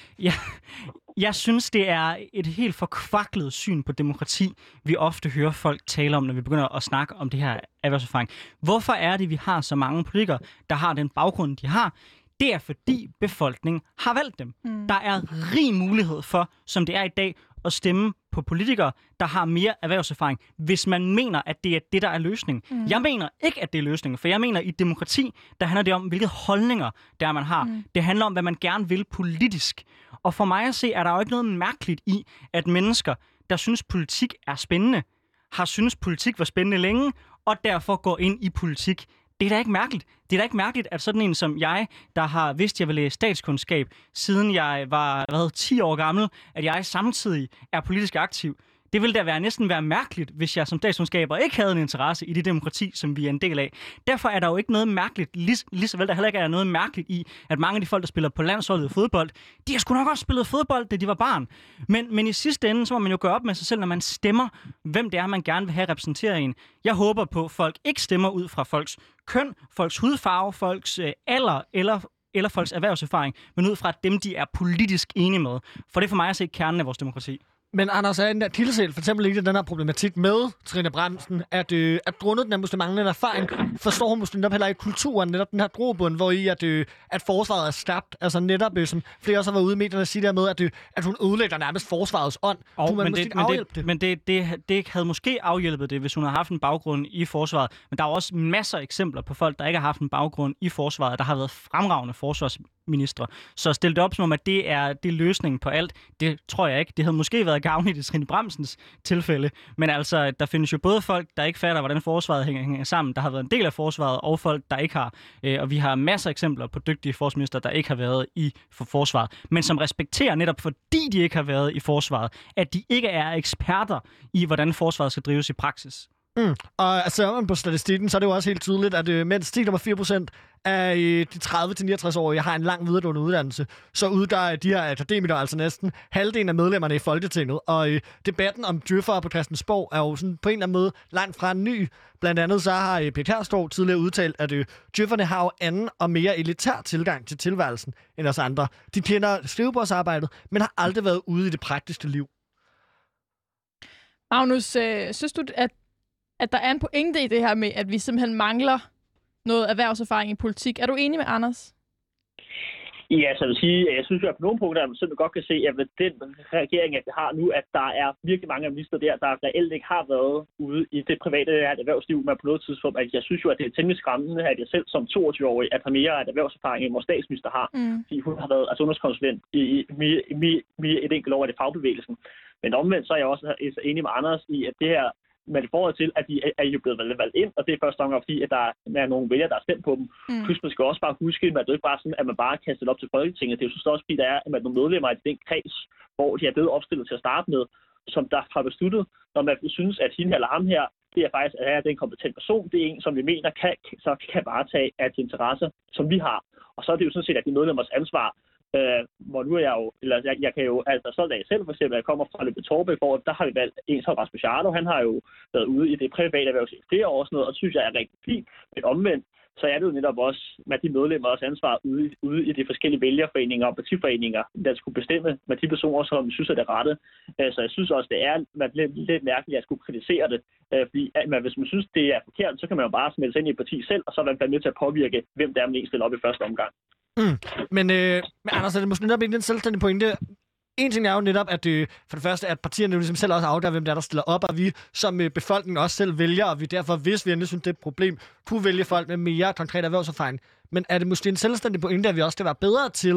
Jeg synes, det er et helt forkvaklet syn på demokrati, vi ofte hører folk tale om, når vi begynder at snakke om det her erhvervserfaring. Hvorfor er det, vi har så mange politikere, der har den baggrund, de har? Det er, fordi befolkningen har valgt dem. Der er rig mulighed for, som det er i dag, at stemme på politikere, der har mere erhvervserfaring, hvis man mener, at det er det, der er løsningen. Jeg mener ikke, at det er løsningen, for jeg mener, i demokrati, der handler det om, hvilke holdninger der man har. Det handler om, hvad man gerne vil politisk. Og for mig at se, er der jo ikke noget mærkeligt i, at mennesker, der synes, politik er spændende, har synes, politik var spændende længe, og derfor går ind i politik. Det er da ikke mærkeligt. Det er da ikke mærkeligt, at sådan en som jeg, der har vidst, at jeg vil læse statskundskab, siden jeg var 10 år gammel, at jeg samtidig er politisk aktiv. Det ville da næsten være mærkeligt, hvis jeg som statskundskaber ikke havde en interesse i det demokrati, som vi er en del af. Derfor er der jo ikke noget mærkeligt, lige så vel der heller ikke er noget mærkeligt i, at mange af de folk, der spiller på landsholdet i fodbold, de har sgu nok også spillet fodbold, da de var barn. Men i sidste ende, så må man jo gøre op med sig selv, når man stemmer, hvem det er, man gerne vil have repræsenteret en. Jeg håber på, at folk ikke stemmer ud fra folks køn, folks hudfarve, folks alder eller folks erhvervserfaring, men ud fra dem, de er politisk enige med. For det er for mig at se kernen af vores demokrati. Men Anders, er en der Kildesæl for eksempel ikke den her problematik med Trine Bramsen, at grundet den er måske manglende erfaring, forstår hun måske netop heller ikke kulturen, netop den her grobund, hvor i at forsvaret er skabt, altså netop, som flere også har været ude i medierne at sige der med, at hun ødelægger nærmest forsvarets ånd. Men det havde måske afhjælpet det, hvis hun havde haft en baggrund i forsvaret. Men der er også masser af eksempler på folk, der ikke har haft en baggrund i forsvaret, der har været fremragende forsvarsministre. Så stil det op som om, at det er løsningen på alt. Det tror jeg ikke. Det havde måske været gavnligt i Trine Bramsens tilfælde. Men altså, der findes jo både folk, der ikke fatter, hvordan forsvaret hænger sammen, der har været en del af forsvaret, og folk, der ikke har. Og vi har masser af eksempler på dygtige forsvarsministre, der ikke har været i forsvaret, men som respekterer netop, fordi de ikke har været i forsvaret, at de ikke er eksperter i, hvordan forsvaret skal drives i praksis. Og altså, på statistikken, så er det jo også helt tydeligt, at mens 10,4% af de 30-69-årige har en lang videregående uddannelse, så udgør de her akademikere altså næsten halvdelen af medlemmerne i Folketinget. Og debatten om djøffere på Christiansborg er jo sådan på en eller anden måde langt fra ny. Blandt andet så har Pia Kjærsgaard tidligere udtalt, at djøfferne har jo anden og mere elitær tilgang til tilværelsen end os andre. De kender skrivebordsarbejdet, men har aldrig været ude i det praktiske liv. Magnus, synes du, at der er en pointe i det her med, at vi simpelthen mangler noget erhvervserfaring i politik? Er du enig med Anders? Ja, så jeg vil sige, jeg synes jo, at på nogle punkter, at man simpelthen godt kan se, at med den regering, at vi har nu, at der er virkelig mange minister der reelt ikke har været ude i det private erhvervsliv, men på noget tidspunkt, at jeg synes jo, at det er temmelig skræmmende, at jeg selv som 22-årig, at har mere erhvervserfaring, end vores statsminister har. Fordi hun har været sundhedskonsulent i et enkelt år af det fagbevægelsen. Men omvendt så er jeg også enig med Anders i, at det her, men i forhold til, at de er jo blevet valgt ind, og det er første gang, fordi at der er nogle vælgere, der er stemt på dem. Plus, man skal også bare huske, at det er ikke bare sådan, at man bare kaster det op til Folketinget. Det er jo så også, fordi der er nogle medlemmer i den kreds, hvor de er blevet opstillet til at starte med, som der har besluttet, når man synes, at hende eller ham her, det er faktisk at det er en kompetent person. Det er en, som vi mener kan varetage af interesser, som vi har. Og så er det jo sådan set, at de medlemmers ansvar, Hvor nu er jeg jo, eller jeg kan jo, altså så da jeg selv for eksempel, jeg kommer fra Løbe Torbe, hvor der har vi valgt en som Rasmus Jarlov, han har jo været ude i det private erhverv i flere år og sådan noget, og det synes jeg er rigtig fint, men omvendt, så er det jo netop også med de medlemmer også ansvar ude i de forskellige vælgerforeninger og partiforeninger, der skulle bestemme med de personer, som synes, at det er rette. Så jeg synes også, det er lidt mærkeligt, at jeg skulle kritisere det. Fordi hvis man synes, det er forkert, så kan man jo bare smelde sig ind i et parti selv, og så være med til at påvirke, hvem der er, man ikke stiller op i første omgang. Men Anders, er det måske netop ikke en selvstændig pointe? En ting er jo netop, at for det første, at partierne jo ligesom selv også afgør, hvem der stiller op, og vi som befolkningen også selv vælger, og vi derfor, hvis vi endelig synes, det er et problem, kunne vælge folk med mere konkret erhvervserfaring. Men er det måske en selvstændig pointe, at vi også skal være bedre til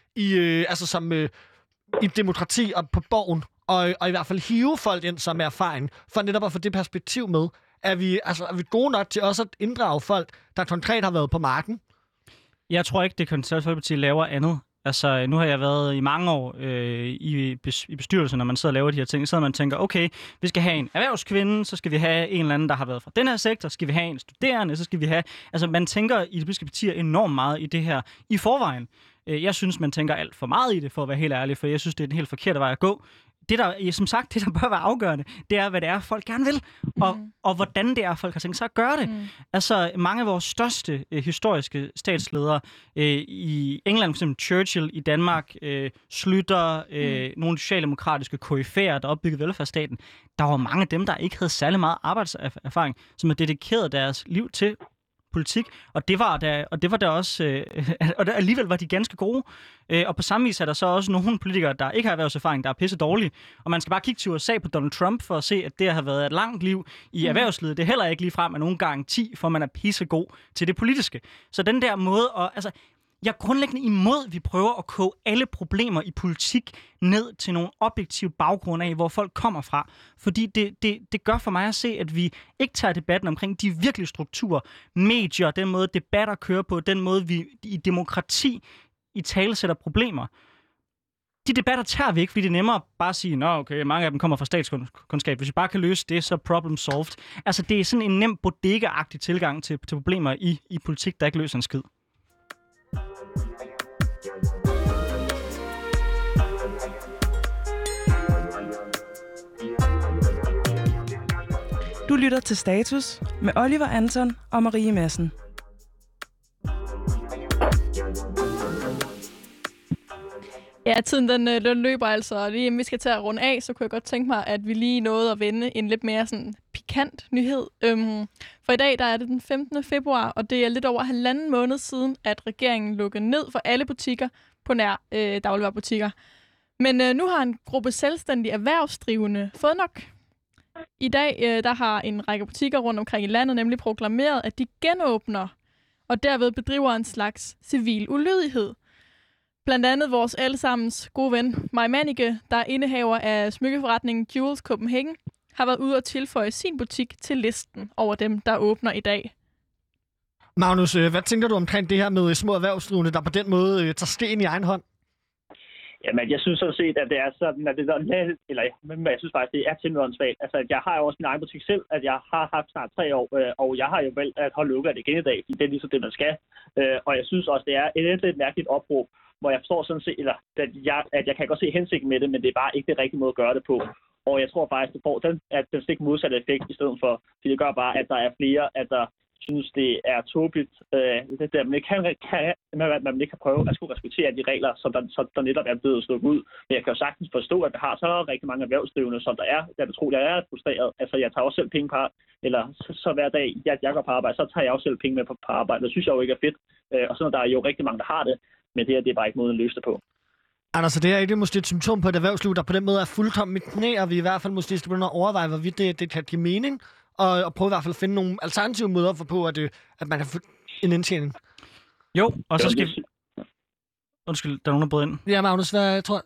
i demokrati og på borgen, og i hvert fald hive folk ind, som er erfaring, for netop at få det perspektiv med? Er vi gode nok til også at inddrage folk, der konkret har været på marken? Jeg tror ikke, det Konservative Folkeparti laver andet. Altså, nu har jeg været i mange år i bestyrelsen, når man sidder og laver de her ting, så man tænker, okay, vi skal have en erhvervskvinde, så skal vi have en eller anden, der har været fra den her sektor, så skal vi have en studerende, så skal vi have... Altså, man tænker i de politiske partier enormt meget i det her i forvejen. Jeg synes, man tænker alt for meget i det, for at være helt ærlig, for jeg synes, det er den helt forkerte vej at gå. Det der, som sagt, det der bør være afgørende, det er, hvad det er, folk gerne vil, og hvordan det er, folk har tænkt sig at gøre det. Altså, mange af vores største historiske statsledere i England, f.eks. Churchill, i Danmark, Slytter, nogle socialdemokratiske koryfæer, der opbyggede velfærdsstaten, der var mange af dem, der ikke havde særlig meget arbejdserfaring, som havde dedikeret deres liv til politik, og det var der også, og alligevel var de ganske gode. Og på samme vis er der så også nogle politikere, der ikke har erhvervserfaring, der er pisse dårlige. Og man skal bare kigge til USA på Donald Trump for at se, at det har været et langt liv i erhvervslivet. Det er heller ikke lige frem af nogen garanti, for man er pissegod til det politiske. Så den der måde, jeg er grundlæggende imod, at vi prøver at koge alle problemer i politik ned til nogle objektive baggrunde af, hvor folk kommer fra. Fordi det gør for mig at se, at vi ikke tager debatten omkring de virkelige strukturer, medier, den måde debatter kører på, den måde vi i demokrati i tale sætter problemer. De debatter tager vi ikke, fordi det er nemmere bare at sige, okay, mange af dem kommer fra statskundskab. Hvis vi bare kan løse det, så problem solved. Altså, det er sådan en nem bodega-agtig tilgang til problemer i politik, der ikke løser en skid. Du lytter til Status med Oliver Anton og Marie Madsen. Ja, tiden den løber altså, og lige vi skal til at runde af, så kunne jeg godt tænke mig, at vi lige nåede at vende en lidt mere sådan pikant nyhed. For i dag der er det den 15. februar, og det er lidt over 1,5 måned siden, at regeringen lukkede ned for alle butikker på nær dagligvarebutikker. Men nu har en gruppe selvstændige erhvervsdrivende fået nok. I dag der har en række butikker rundt omkring i landet nemlig proklameret, at de genåbner, og derved bedriver en slags civil ulydighed. Blandt andet vores allesammens gode ven, Maj Mannicke, der er indehaver af smykkeforretningen Jewels Copenhagen, har været ude og tilføje sin butik til listen over dem, der åbner i dag. Magnus, hvad tænker du omkring det her med små erhvervsdrivende, der på den måde tager sten i egen hånd? Jamen, jeg synes sådan set, at det er sådan, at det er men jeg synes faktisk, det er tilmødensvagt. Altså, jeg har jo også min egen butik selv, at jeg har haft snart 3 år, og jeg har jo valgt at holde lukket igen i dag, fordi det er ligesom det, man skal. Og jeg synes også, det er et lidt mærkeligt opråb, hvor jeg forstår sådan set, at jeg kan godt se hensigten med det, men det er bare ikke det rigtige måde at gøre det på. Og jeg tror faktisk, det får den stik modsatte effekt i stedet for, fordi det gør bare, at der er flere, at der synes, det er tåbeligt, at man ikke kan prøve at skulle respektere de regler, som der netop er blevet slået ud. Men jeg kan jo sagtens forstå, at der har så rigtig mange erhvervsdrivende, som der er. Jeg tror, jeg er frustreret. Altså, jeg tager også selv penge på, eller så hver dag, jeg går på arbejde, så tager jeg også selv penge med på arbejde. Det synes jeg jo ikke er fedt. Og sådan, der er jo rigtig mange, der har det. Men det her, det er bare ikke måden at løse det på. Anders, det her er ikke måske et symptom på et erhvervsliv, der på den måde er fuldkommen i knæ, og vi i hvert fald måske skal begynde at overveje, hvorvidt det kan give mening, og prøve i hvert fald at finde nogle alternative måder for på, at man kan få en indtjening. Jo, og så skal vi... Undskyld, der er nogen, der brød ind. Ja, Magnus, hvad tror jeg?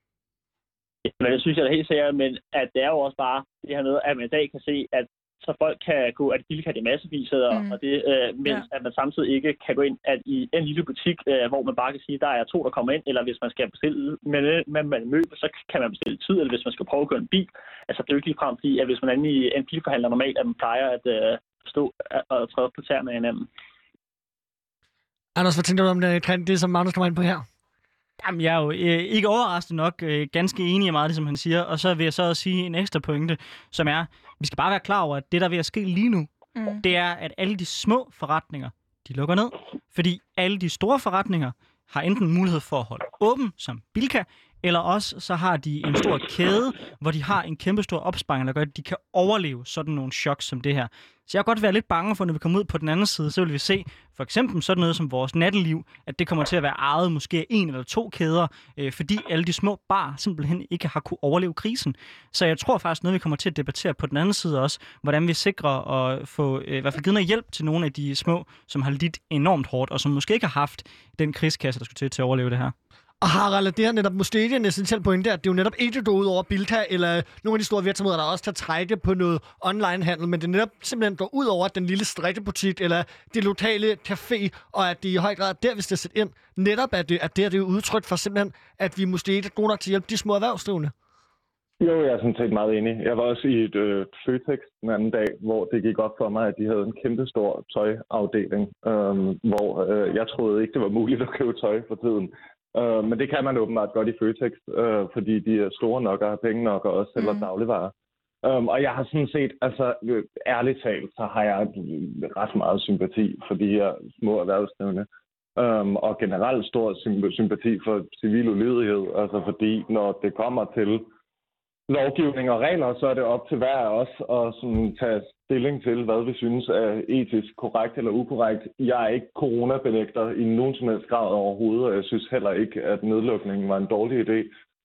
Men det synes jeg da helt sikkert, men at det er jo også bare det her med, at man i dag kan se, at så folk kan gå, at de kan det massevis, og det, mens at man samtidig ikke kan gå ind at i en lille butik, hvor man bare kan sige, at der er 2, der kommer ind, eller hvis man skal bestille med møbel, så kan man bestille tid, eller hvis man skal prøve at køre en bil. Altså det er jo ikke ligefrem, fordi at hvis man er inde i en bilforhandler normalt, at man plejer at stå og træde på tæerne af hinanden. Anders, hvad tænker du om det, som Magnus kommer ind på her? Jamen, jeg er jo ikke overraskende nok ganske enig i meget af det, som han siger. Og så vil jeg så også sige en ekstra pointe, som er, vi skal bare være klar over, at det, der er ved at ske lige nu, det er, at alle de små forretninger, de lukker ned. Fordi alle de store forretninger har enten mulighed for at holde åben, som Bilka, eller også så har de en stor kæde, hvor de har en kæmpe stor opsparing, der gør, at de kan overleve sådan nogle chok som det her. Så jeg kan godt være lidt bange for, når vi kommer ud på den anden side, så vil vi se for eksempel sådan noget som vores natteliv, at det kommer til at være ejet måske af 1 eller 2 kæder, fordi alle de små bar simpelthen ikke har kunne overleve krisen. Så jeg tror faktisk noget, vi kommer til at debattere på den anden side også, hvordan vi sikrer at få i hvert fald givet noget hjælp til nogle af de små, som har lidt enormt hårdt, og som måske ikke har haft den krigskasse, der skulle til at overleve det her. Og Harald, det her netop måske ikke en essentiel pointe, at det er jo netop ikke går ud over Bilka eller nogle af de store virksomheder, der også tager trække på noget online-handel, men det netop simpelthen går ud over den lille strikkebutik eller det lokale café, og at det i høj grad der, hvis det sætter ind, netop at det er udtryk for simpelthen, at vi måske ikke er gode nok til at hjælpe de små erhvervsdrivende. Jo, jeg er sådan set meget enig. Jeg var også i et Føtex den anden dag, hvor det gik op for mig, at de havde en kæmpe stor tøjafdeling, hvor jeg troede ikke, det var muligt at købe tøj for tiden. Men det kan man åbenbart godt i Føtex, fordi de er store nok og har penge nok og også sælger dagligvarer. Og jeg har sådan set, altså ærligt talt, så har jeg ret meget sympati for de her små erhvervsdrivende. Og generelt stor sympati for civil ulydighed, altså fordi når det kommer til lovgivning og regler, så er det op til hver af os at sådan tage stilling til, hvad vi synes er etisk korrekt eller ukorrekt. Jeg er ikke coronabenægter i nogen som helst grad overhovedet, og jeg synes heller ikke, at nedlukningen var en dårlig idé.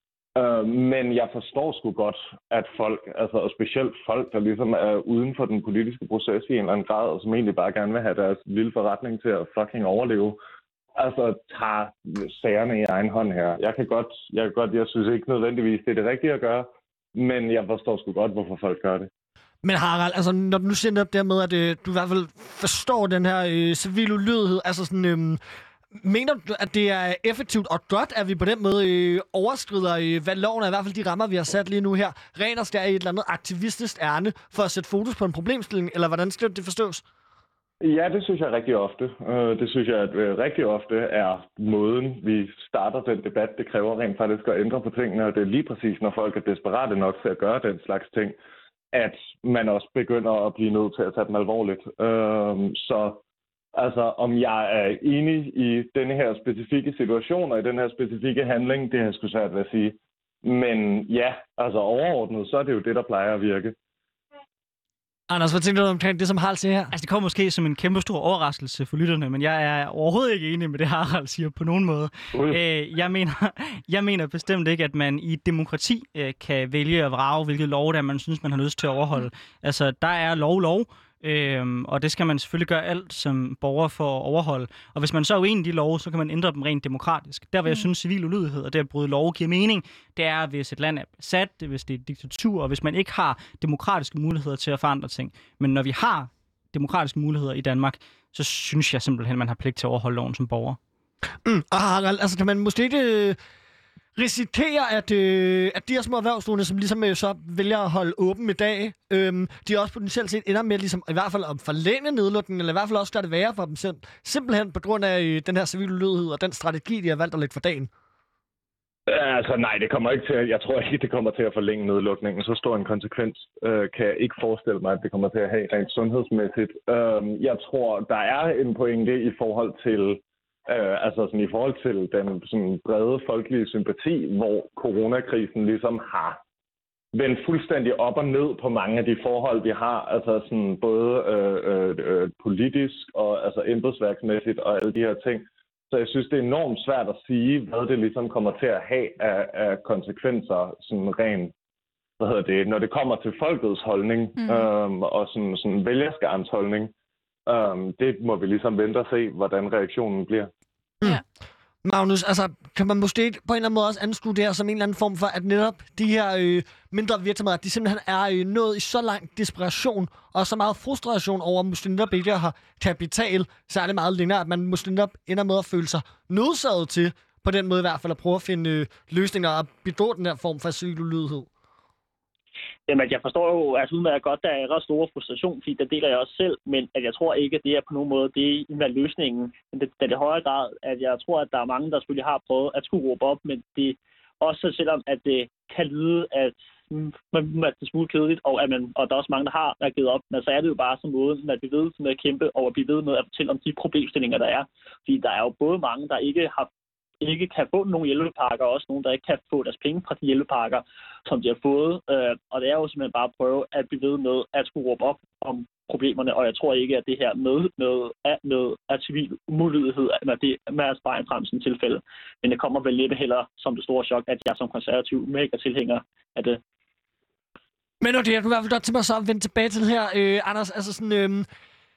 Men jeg forstår sgu godt, at folk, altså og specielt folk, der ligesom er uden for den politiske proces i en eller anden grad, og som egentlig bare gerne vil have deres lille forretning til at fucking overleve, altså tager sagerne i egen hånd her. Jeg synes ikke nødvendigvis, det er det rigtige at gøre, men jeg forstår sgu godt, hvorfor folk gør det. Men Harald, altså når du nu siger op der med, at du i hvert fald forstår den her civil ulydighed, altså sådan, mener du, at det er effektivt og godt, at vi på den måde overskrider, hvad loven er, i hvert fald de rammer, vi har sat lige nu her, rent og skær i et eller andet aktivistisk ærne for at sætte fokus på en problemstilling, eller hvordan skal det forstås? Ja, det synes jeg rigtig ofte. Det synes jeg, at rigtig ofte er måden, vi starter den debat. Det kræver rent faktisk at ændre på tingene, og det er lige præcis, når folk er desperate nok til at gøre den slags ting, at man også begynder at blive nødt til at tage dem alvorligt. Så altså, om jeg er enig i denne her specifikke situation og i den her specifikke handling, det har jeg sgu svært ved at sige. Men ja, altså overordnet, så er det jo det, der plejer at virke. Anders, hvad tænker du omkring det, som Harald siger her? Altså, det kommer måske som en kæmpe stor overraskelse for lytterne, men jeg er overhovedet ikke enig med det, Harald siger på nogen måde. Jeg mener bestemt ikke, at man i et demokrati kan vælge at vrage, hvilket lov der man synes, man har lyst til at overholde. Altså, der er lov, og det skal man selvfølgelig gøre alt som borger for at overholde. Og hvis man så er uenig i de love, så kan man ændre dem rent demokratisk. Der hvor jeg synes, civil ulydighed og det at bryde love giver mening, det er, hvis et land er besat, hvis det er et diktatur, og hvis man ikke har demokratiske muligheder til at forandre ting. Men når vi har demokratiske muligheder i Danmark, så synes jeg simpelthen, at man har pligt til at overholde loven som borger. Og Harald, altså kan man måske ikke risikerer, at de her små erhvervsdrivende, som ligesom så vælger at holde åben i dag, de også potentielt set ender med ligesom, i hvert fald at forlænge nedlukningen, eller i hvert fald også gøre det værre for dem selv, simpelthen på grund af den her civile ulydighed og den strategi, de har valgt at lægge for dagen? Altså nej, det kommer ikke til. Jeg tror ikke, det kommer til at forlænge nedlukningen. Så stor en konsekvens kan jeg ikke forestille mig, at det kommer til at have rent sundhedsmæssigt. Jeg tror, der er en pointe i forhold til i forhold til den sådan brede folkelige sympati, hvor coronakrisen ligesom har vendt fuldstændig op og ned på mange af de forhold, vi har, altså sådan både politisk og altså embedsværksmæssigt og alle de her ting. Så jeg synes, det er enormt svært at sige, hvad det ligesom kommer til at have af konsekvenser, sådan rent, når det kommer til folkets holdning og sådan vælgerskarens holdning. Det må vi ligesom vente og se, hvordan reaktionen bliver. Ja. Magnus, altså kan man måske på en eller anden måde også anskue det her som en eller anden form for, at netop de her mindre virksomheder, de simpelthen er nået i så lang desperation og så meget frustration over, at måske netop ikke har kapital særlig meget længere, at man måske netop ender med at føle sig nødsaget til, på den måde i hvert fald, at prøve at finde løsninger og bedå den her form for civil ulydighed? Jamen, jeg forstår jo udmærket godt, der er ret store frustration, fordi det deler jeg også selv, men at jeg tror ikke, at det er på nogen måde det er løsningen. Men det er i højere grad, at jeg tror, at der er mange, der selvfølgelig har prøvet at skulle råbe op, men det også selvom, at det kan lyde, at det er smule kedeligt, og der er også mange, der har reageret op, men så er det jo bare som måden, at vi ved med at kæmpe og at blive ved med at fortælle om de problemstillinger, der er. Fordi der er jo både mange, der ikke kan få nogle hjælpepakker, og også nogen, der ikke kan få deres penge fra de hjælpepakker, som de har fået. Og det er jo simpelthen bare at prøve at blive ved med at skulle råbe op om problemerne, og jeg tror ikke, at det her med at civil umulighed, at det er med at spare frem som tilfælde. Men det kommer vel lidt heller som det store chok, at jeg som konservativ mega tilhænger af det. Men okay, jeg kunne i hvert fald godt til mig så at vende tilbage til det her, Anders. Altså sådan,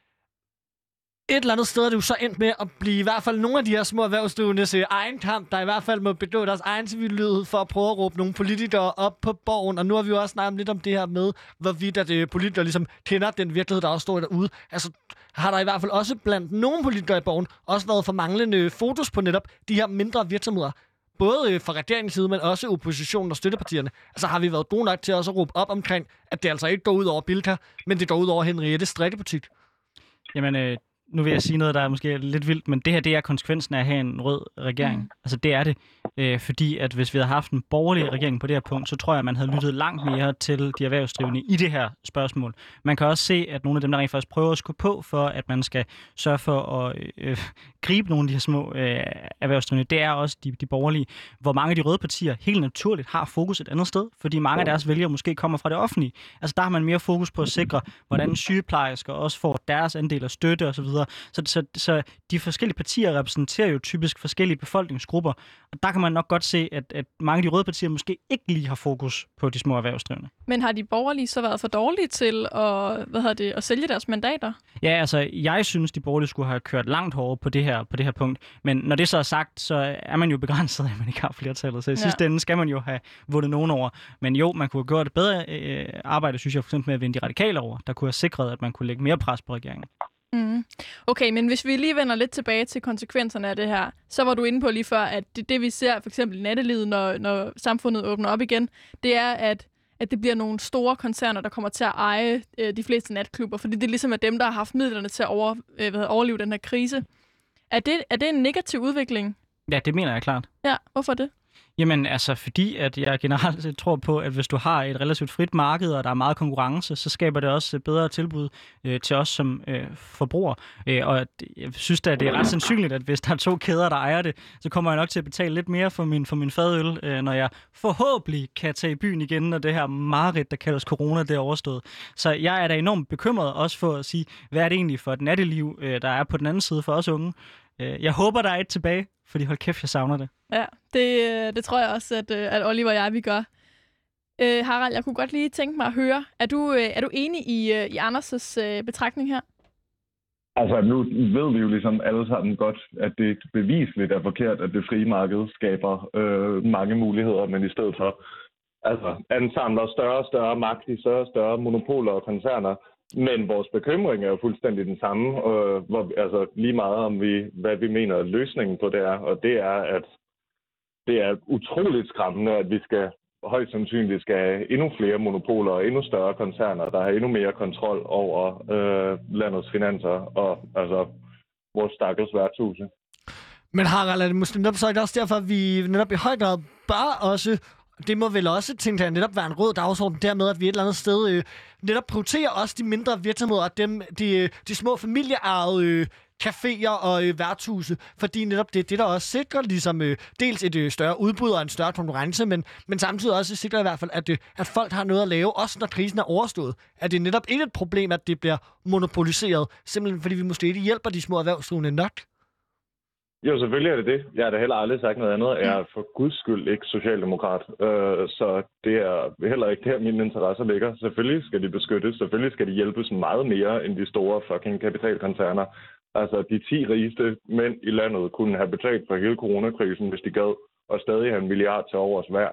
et eller andet sted er det jo så endt med at blive i hvert fald nogle af de her små erhvervsdrivendes egen kamp, der i hvert fald må begå deres egen civillydighed for at prøve at råbe nogle politikere op på borgen. Og nu har vi jo også snakket lidt om det her med, hvorvidt at politikere ligesom kender den virkelighed, der også står derude. Altså har der i hvert fald også blandt nogle politikere i borgen også været for manglende fokus på netop de her mindre virksomheder. Både fra regeringens side, men også oppositionen og støttepartierne. Altså har vi været gode nok til også at råbe op omkring, at det altså ikke går ud over Bilka, men det går ud over Henriettes strikkebutik. Jamen, nu vil jeg sige noget, der er måske lidt vildt, men det her, det er konsekvensen af at have en rød regering. Altså, det er det. Fordi at hvis vi havde haft en borgerlig regering på det her punkt, så tror jeg, at man havde lyttet langt mere til de erhvervsdrivende i det her spørgsmål. Man kan også se, at nogle af dem, der rent faktisk prøver at skubbe på, for at man skal sørge for at gribe nogle af de her små erhvervsdrivende, det er også de borgerlige, hvor mange af de røde partier helt naturligt har fokus et andet sted, fordi mange af deres vælgere måske kommer fra det offentlige. Altså, der har man mere fokus på at sikre, hvordan sygeplejersker også får deres andel af støtte osv. Så de forskellige partier repræsenterer jo typisk forskellige befolkningsgrupper, og der kan man nok godt se, at mange af de røde partier måske ikke lige har fokus på de små erhvervsdrivende. Men har de borgerlige så været for dårlige til at sælge deres mandater? Ja, altså, jeg synes, de borgerlige skulle have kørt langt hårdere på det her punkt. Men når det så er sagt, så er man jo begrænset, at man ikke har flertallet. Så i sidste ende skal man jo have vundet nogen over. Men jo, man kunne have gjort et bedre arbejde, synes jeg, for eksempel med at vinde de radikale over, der kunne have sikret, at man kunne lægge mere pres på regeringen. Mm. Okay, men hvis vi lige vender lidt tilbage til konsekvenserne af det her, så var du inde på lige før, at det vi ser for eksempel i nattelivet, når samfundet åbner op igen, det er, at det bliver nogle store koncerner, der kommer til at eje de fleste natklubber, fordi det ligesom er dem, der har haft midlerne til at overleve den her krise. Er det en negativ udvikling? Ja, det mener jeg klart. Ja, hvorfor det? Jamen altså, fordi at jeg generelt tror på, at hvis du har et relativt frit marked, og der er meget konkurrence, så skaber det også bedre tilbud til os som forbrugere. Og jeg synes da, at det er ret sandsynligt, at hvis der er 2 kæder, der ejer det, så kommer jeg nok til at betale lidt mere for min fadøl, når jeg forhåbentlig kan tage i byen igen, når det her mareridt, der kaldes corona, det er overstået. Så jeg er da enormt bekymret også for at sige, hvad er det egentlig for et natteliv, der er på den anden side for os unge. Jeg håber, der er et tilbage, fordi hold kæft, jeg savner det. Ja, det tror jeg også, at Oliver og jeg, vi gør. Harald, jeg kunne godt lige tænke mig at høre, er du enig i Anders' betragtning her? Altså, nu ved vi jo ligesom alle sammen godt, at det bevisligt er forkert, at det frie marked skaber mange muligheder, men i stedet for ansamler større og større magt i større og større monopoler og koncerner. Men vores bekymring er jo fuldstændig den samme, lige meget om hvad vi mener at løsningen på det er. Og det er, at det er utroligt skræmmende, at vi højst sandsynligt skal have endnu flere monopoler og endnu større koncerner, der har endnu mere kontrol over landets finanser og vores stakkels værtshuse. Men Harald, er det måske netop så ikke også derfor, at vi netop i høj grad bør også, det må vel også, tænke jeg, netop være en rød dagsorden, dermed, at vi et eller andet sted netop prioriterer også de mindre virksomheder og de små familieejede caféer og værtshuse, fordi netop det er det, der også sikrer ligesom dels et større udbud og en større konkurrence, men samtidig også sikrer i hvert fald, at folk har noget at lave, også når krisen er overstået. At det netop ikke et problem, at det bliver monopoliseret, simpelthen fordi vi måske ikke hjælper de små erhvervsdrivende nok. Jo, selvfølgelig er det det. Jeg har da heller aldrig sagt noget andet. Jeg er for guds skyld ikke socialdemokrat. Så det er heller ikke der, mine interesser ligger. Selvfølgelig skal de beskyttes. Selvfølgelig skal de hjælpes meget mere end de store fucking kapitalkoncerner. Altså, de 10 rigeste mænd i landet kunne have betalt for hele coronakrisen, hvis de gad, og stadig have 1 milliard til overs hver,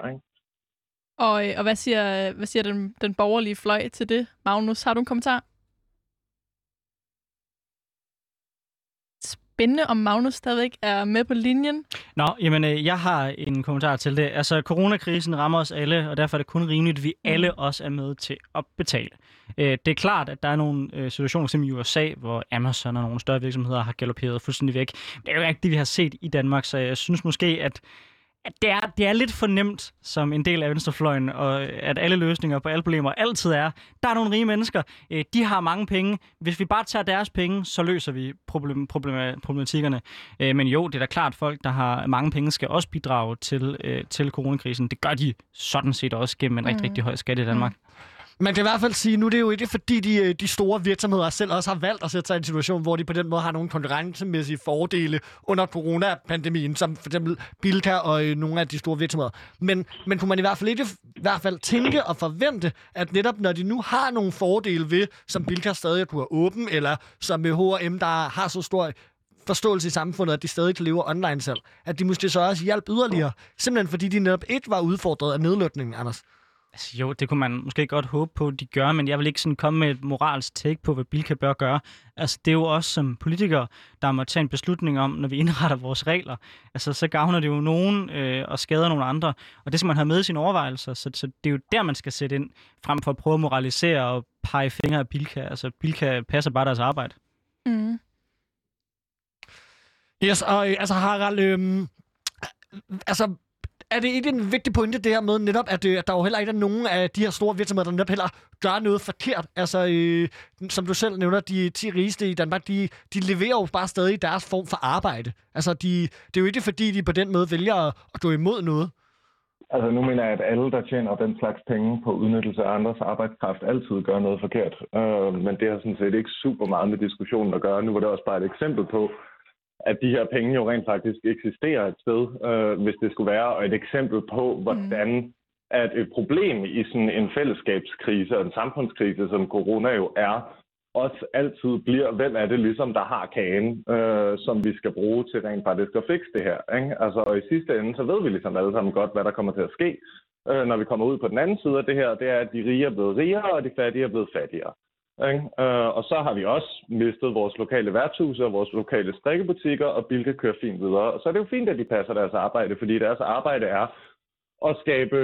ikke? Og hvad siger den borgerlige fløj til det? Magnus, har du en kommentar? spændende, om Magnus stadigvæk er med på linjen. Nå, jamen, jeg har en kommentar til det. Altså, coronakrisen rammer os alle, og derfor er det kun rimeligt, at vi alle også er med til at betale. Det er klart, at der er nogle situationer, som i USA, hvor Amazon og nogle større virksomheder har galopperet fuldstændig væk. Det er jo ikke det, vi har set i Danmark, så jeg synes måske, at det er lidt for nemt som en del af venstrefløjen, og at alle løsninger på alle problemer altid er. Der er nogle rige mennesker, de har mange penge. Hvis vi bare tager deres penge, så løser vi problematikkerne. Men jo, det er da klart, at folk, der har mange penge, skal også bidrage til coronakrisen. Det gør de sådan set også gennem en rigtig, rigtig høj skat i Danmark. Man kan i hvert fald sige, nu er det jo ikke fordi de store virksomheder selv også har valgt at sætte sig i en situation, hvor de på den måde har nogle konkurrencemæssige fordele under coronapandemien, som for eksempel Bilka og nogle af de store virksomheder. Men kunne man i hvert fald tænke og forvente, at netop når de nu har nogle fordele ved, som Bilka stadig kunne have åben, eller som med H&M, der har så stor forståelse i samfundet, at de stadig kan leve online selv, at de måske så også hjælpe yderligere, simpelthen fordi de netop ikke var udfordret af nedlukningen, Anders. Altså, jo, det kunne man måske godt håbe på, at de gør, men jeg vil ikke sådan komme med et moralsk take på, hvad Bilka bør gøre. Altså, det er jo også som politikere, der må tage en beslutning om, når vi indretter vores regler. Altså, så gavner det jo nogen og skader nogle andre, og det skal man have med i sine overvejelser, så det er jo der, man skal sætte ind, frem for at prøve at moralisere og pege fingre af Bilka. Altså, Bilka passer bare deres arbejde. Mm. Yes, og altså Harald, er det ikke en vigtig pointe det her med netop, at der jo heller ikke er nogen af de her store virksomheder, der netop heller gør noget forkert? Altså, som du selv nævner, de 10 rigeste i Danmark, de leverer jo bare stadig deres form for arbejde. Altså, det er jo ikke fordi, de på den måde vælger at gå imod noget. Altså, nu mener jeg, at alle, der tjener den slags penge på udnyttelse af andres arbejdskraft, altid gør noget forkert. Men det har sådan set ikke super meget med diskussionen at gøre. Nu var det også bare et eksempel på, at de her penge jo rent faktisk eksisterer et sted, hvis det skulle være, og et eksempel på, hvordan at et problem i sådan en fællesskabskrise og en samfundskrise, som corona jo er, også altid bliver, hvem er det ligesom, der har kagen, som vi skal bruge til rent faktisk at fikse det her. Ikke? Altså, og i sidste ende, så ved vi ligesom alle sammen godt, hvad der kommer til at ske, når vi kommer ud på den anden side af det her. Det er, at de rige er blevet rigere, og de fattige er blevet fattigere. Og så har vi også mistet vores lokale værtshuse og vores lokale strikkebutikker, og Bilka kører fint videre. Og så er det jo fint, at de passer deres arbejde, fordi deres arbejde er at skabe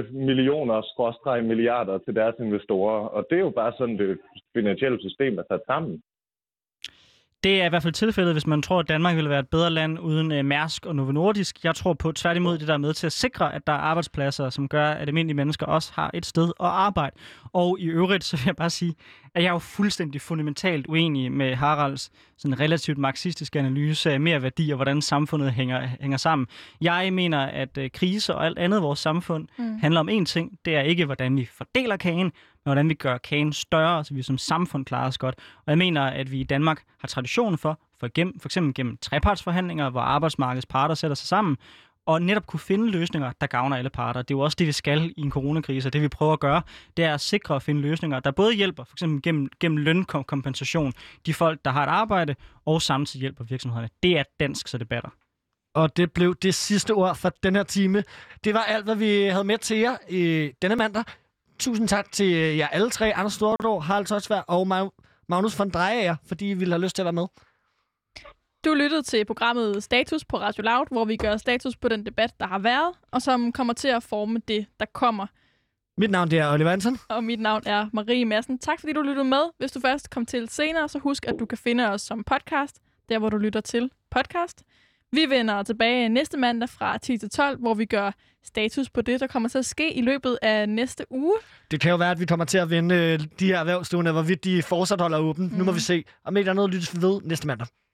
milliarder til deres investorer. Og det er jo bare sådan, det finansielle system er sat sammen. Det er i hvert fald tilfældet, hvis man tror, at Danmark ville være et bedre land uden Mærsk og Novo Nordisk. Jeg tror på tværtimod det, der er med til at sikre, at der er arbejdspladser, som gør, at almindelige mennesker også har et sted at arbejde. Og i øvrigt, så vil jeg bare sige, at jeg er jo fuldstændig fundamentalt uenig med Haralds sådan relativt marxistiske analyse af mere værdi og hvordan samfundet hænger sammen. Jeg mener, at krise og alt andet i vores samfund handler om én ting. Det er ikke, hvordan vi fordeler kagen, men hvordan vi gør kagen større, så vi som samfund klarer os godt. Og jeg mener, at vi i Danmark har tradition for eksempel gennem trepartsforhandlinger, hvor arbejdsmarkedets parter sætter sig sammen, og netop kunne finde løsninger, der gavner alle parter. Det er jo også det, vi skal i en coronakrise, og det vi prøver at gøre, det er at sikre at finde løsninger, der både hjælper, for eksempel gennem lønkompensation, de folk, der har et arbejde, og samtidig hjælper virksomhederne. Det er dansk, så det batter. Og det blev det sidste ord for den her time. Det var alt, hvad vi havde med til jer denne mandag. Tusind tak til jer alle tre, Anders Storgård, Harald Totsvær og Magnus von Dreyer, fordi I ville have lyst til at være med. Du lyttede til programmet Status på Radio Loud, hvor vi gør status på den debat, der har været, og som kommer til at forme det, der kommer. Mit navn er Oliver Hansen. Og mit navn er Marie Madsen. Tak fordi du lyttede med. Hvis du først kom til senere, så husk, at du kan finde os som podcast, der hvor du lytter til podcast. Vi vender tilbage næste mandag fra 10 til 12, hvor vi gør status på det, der kommer til at ske i løbet af næste uge. Det kan jo være, at vi kommer til at vende de her erhvervsdrivende, hvorvidt de fortsat holder åben. Nu må vi se. Og med der noget lyttes ved næste mandag.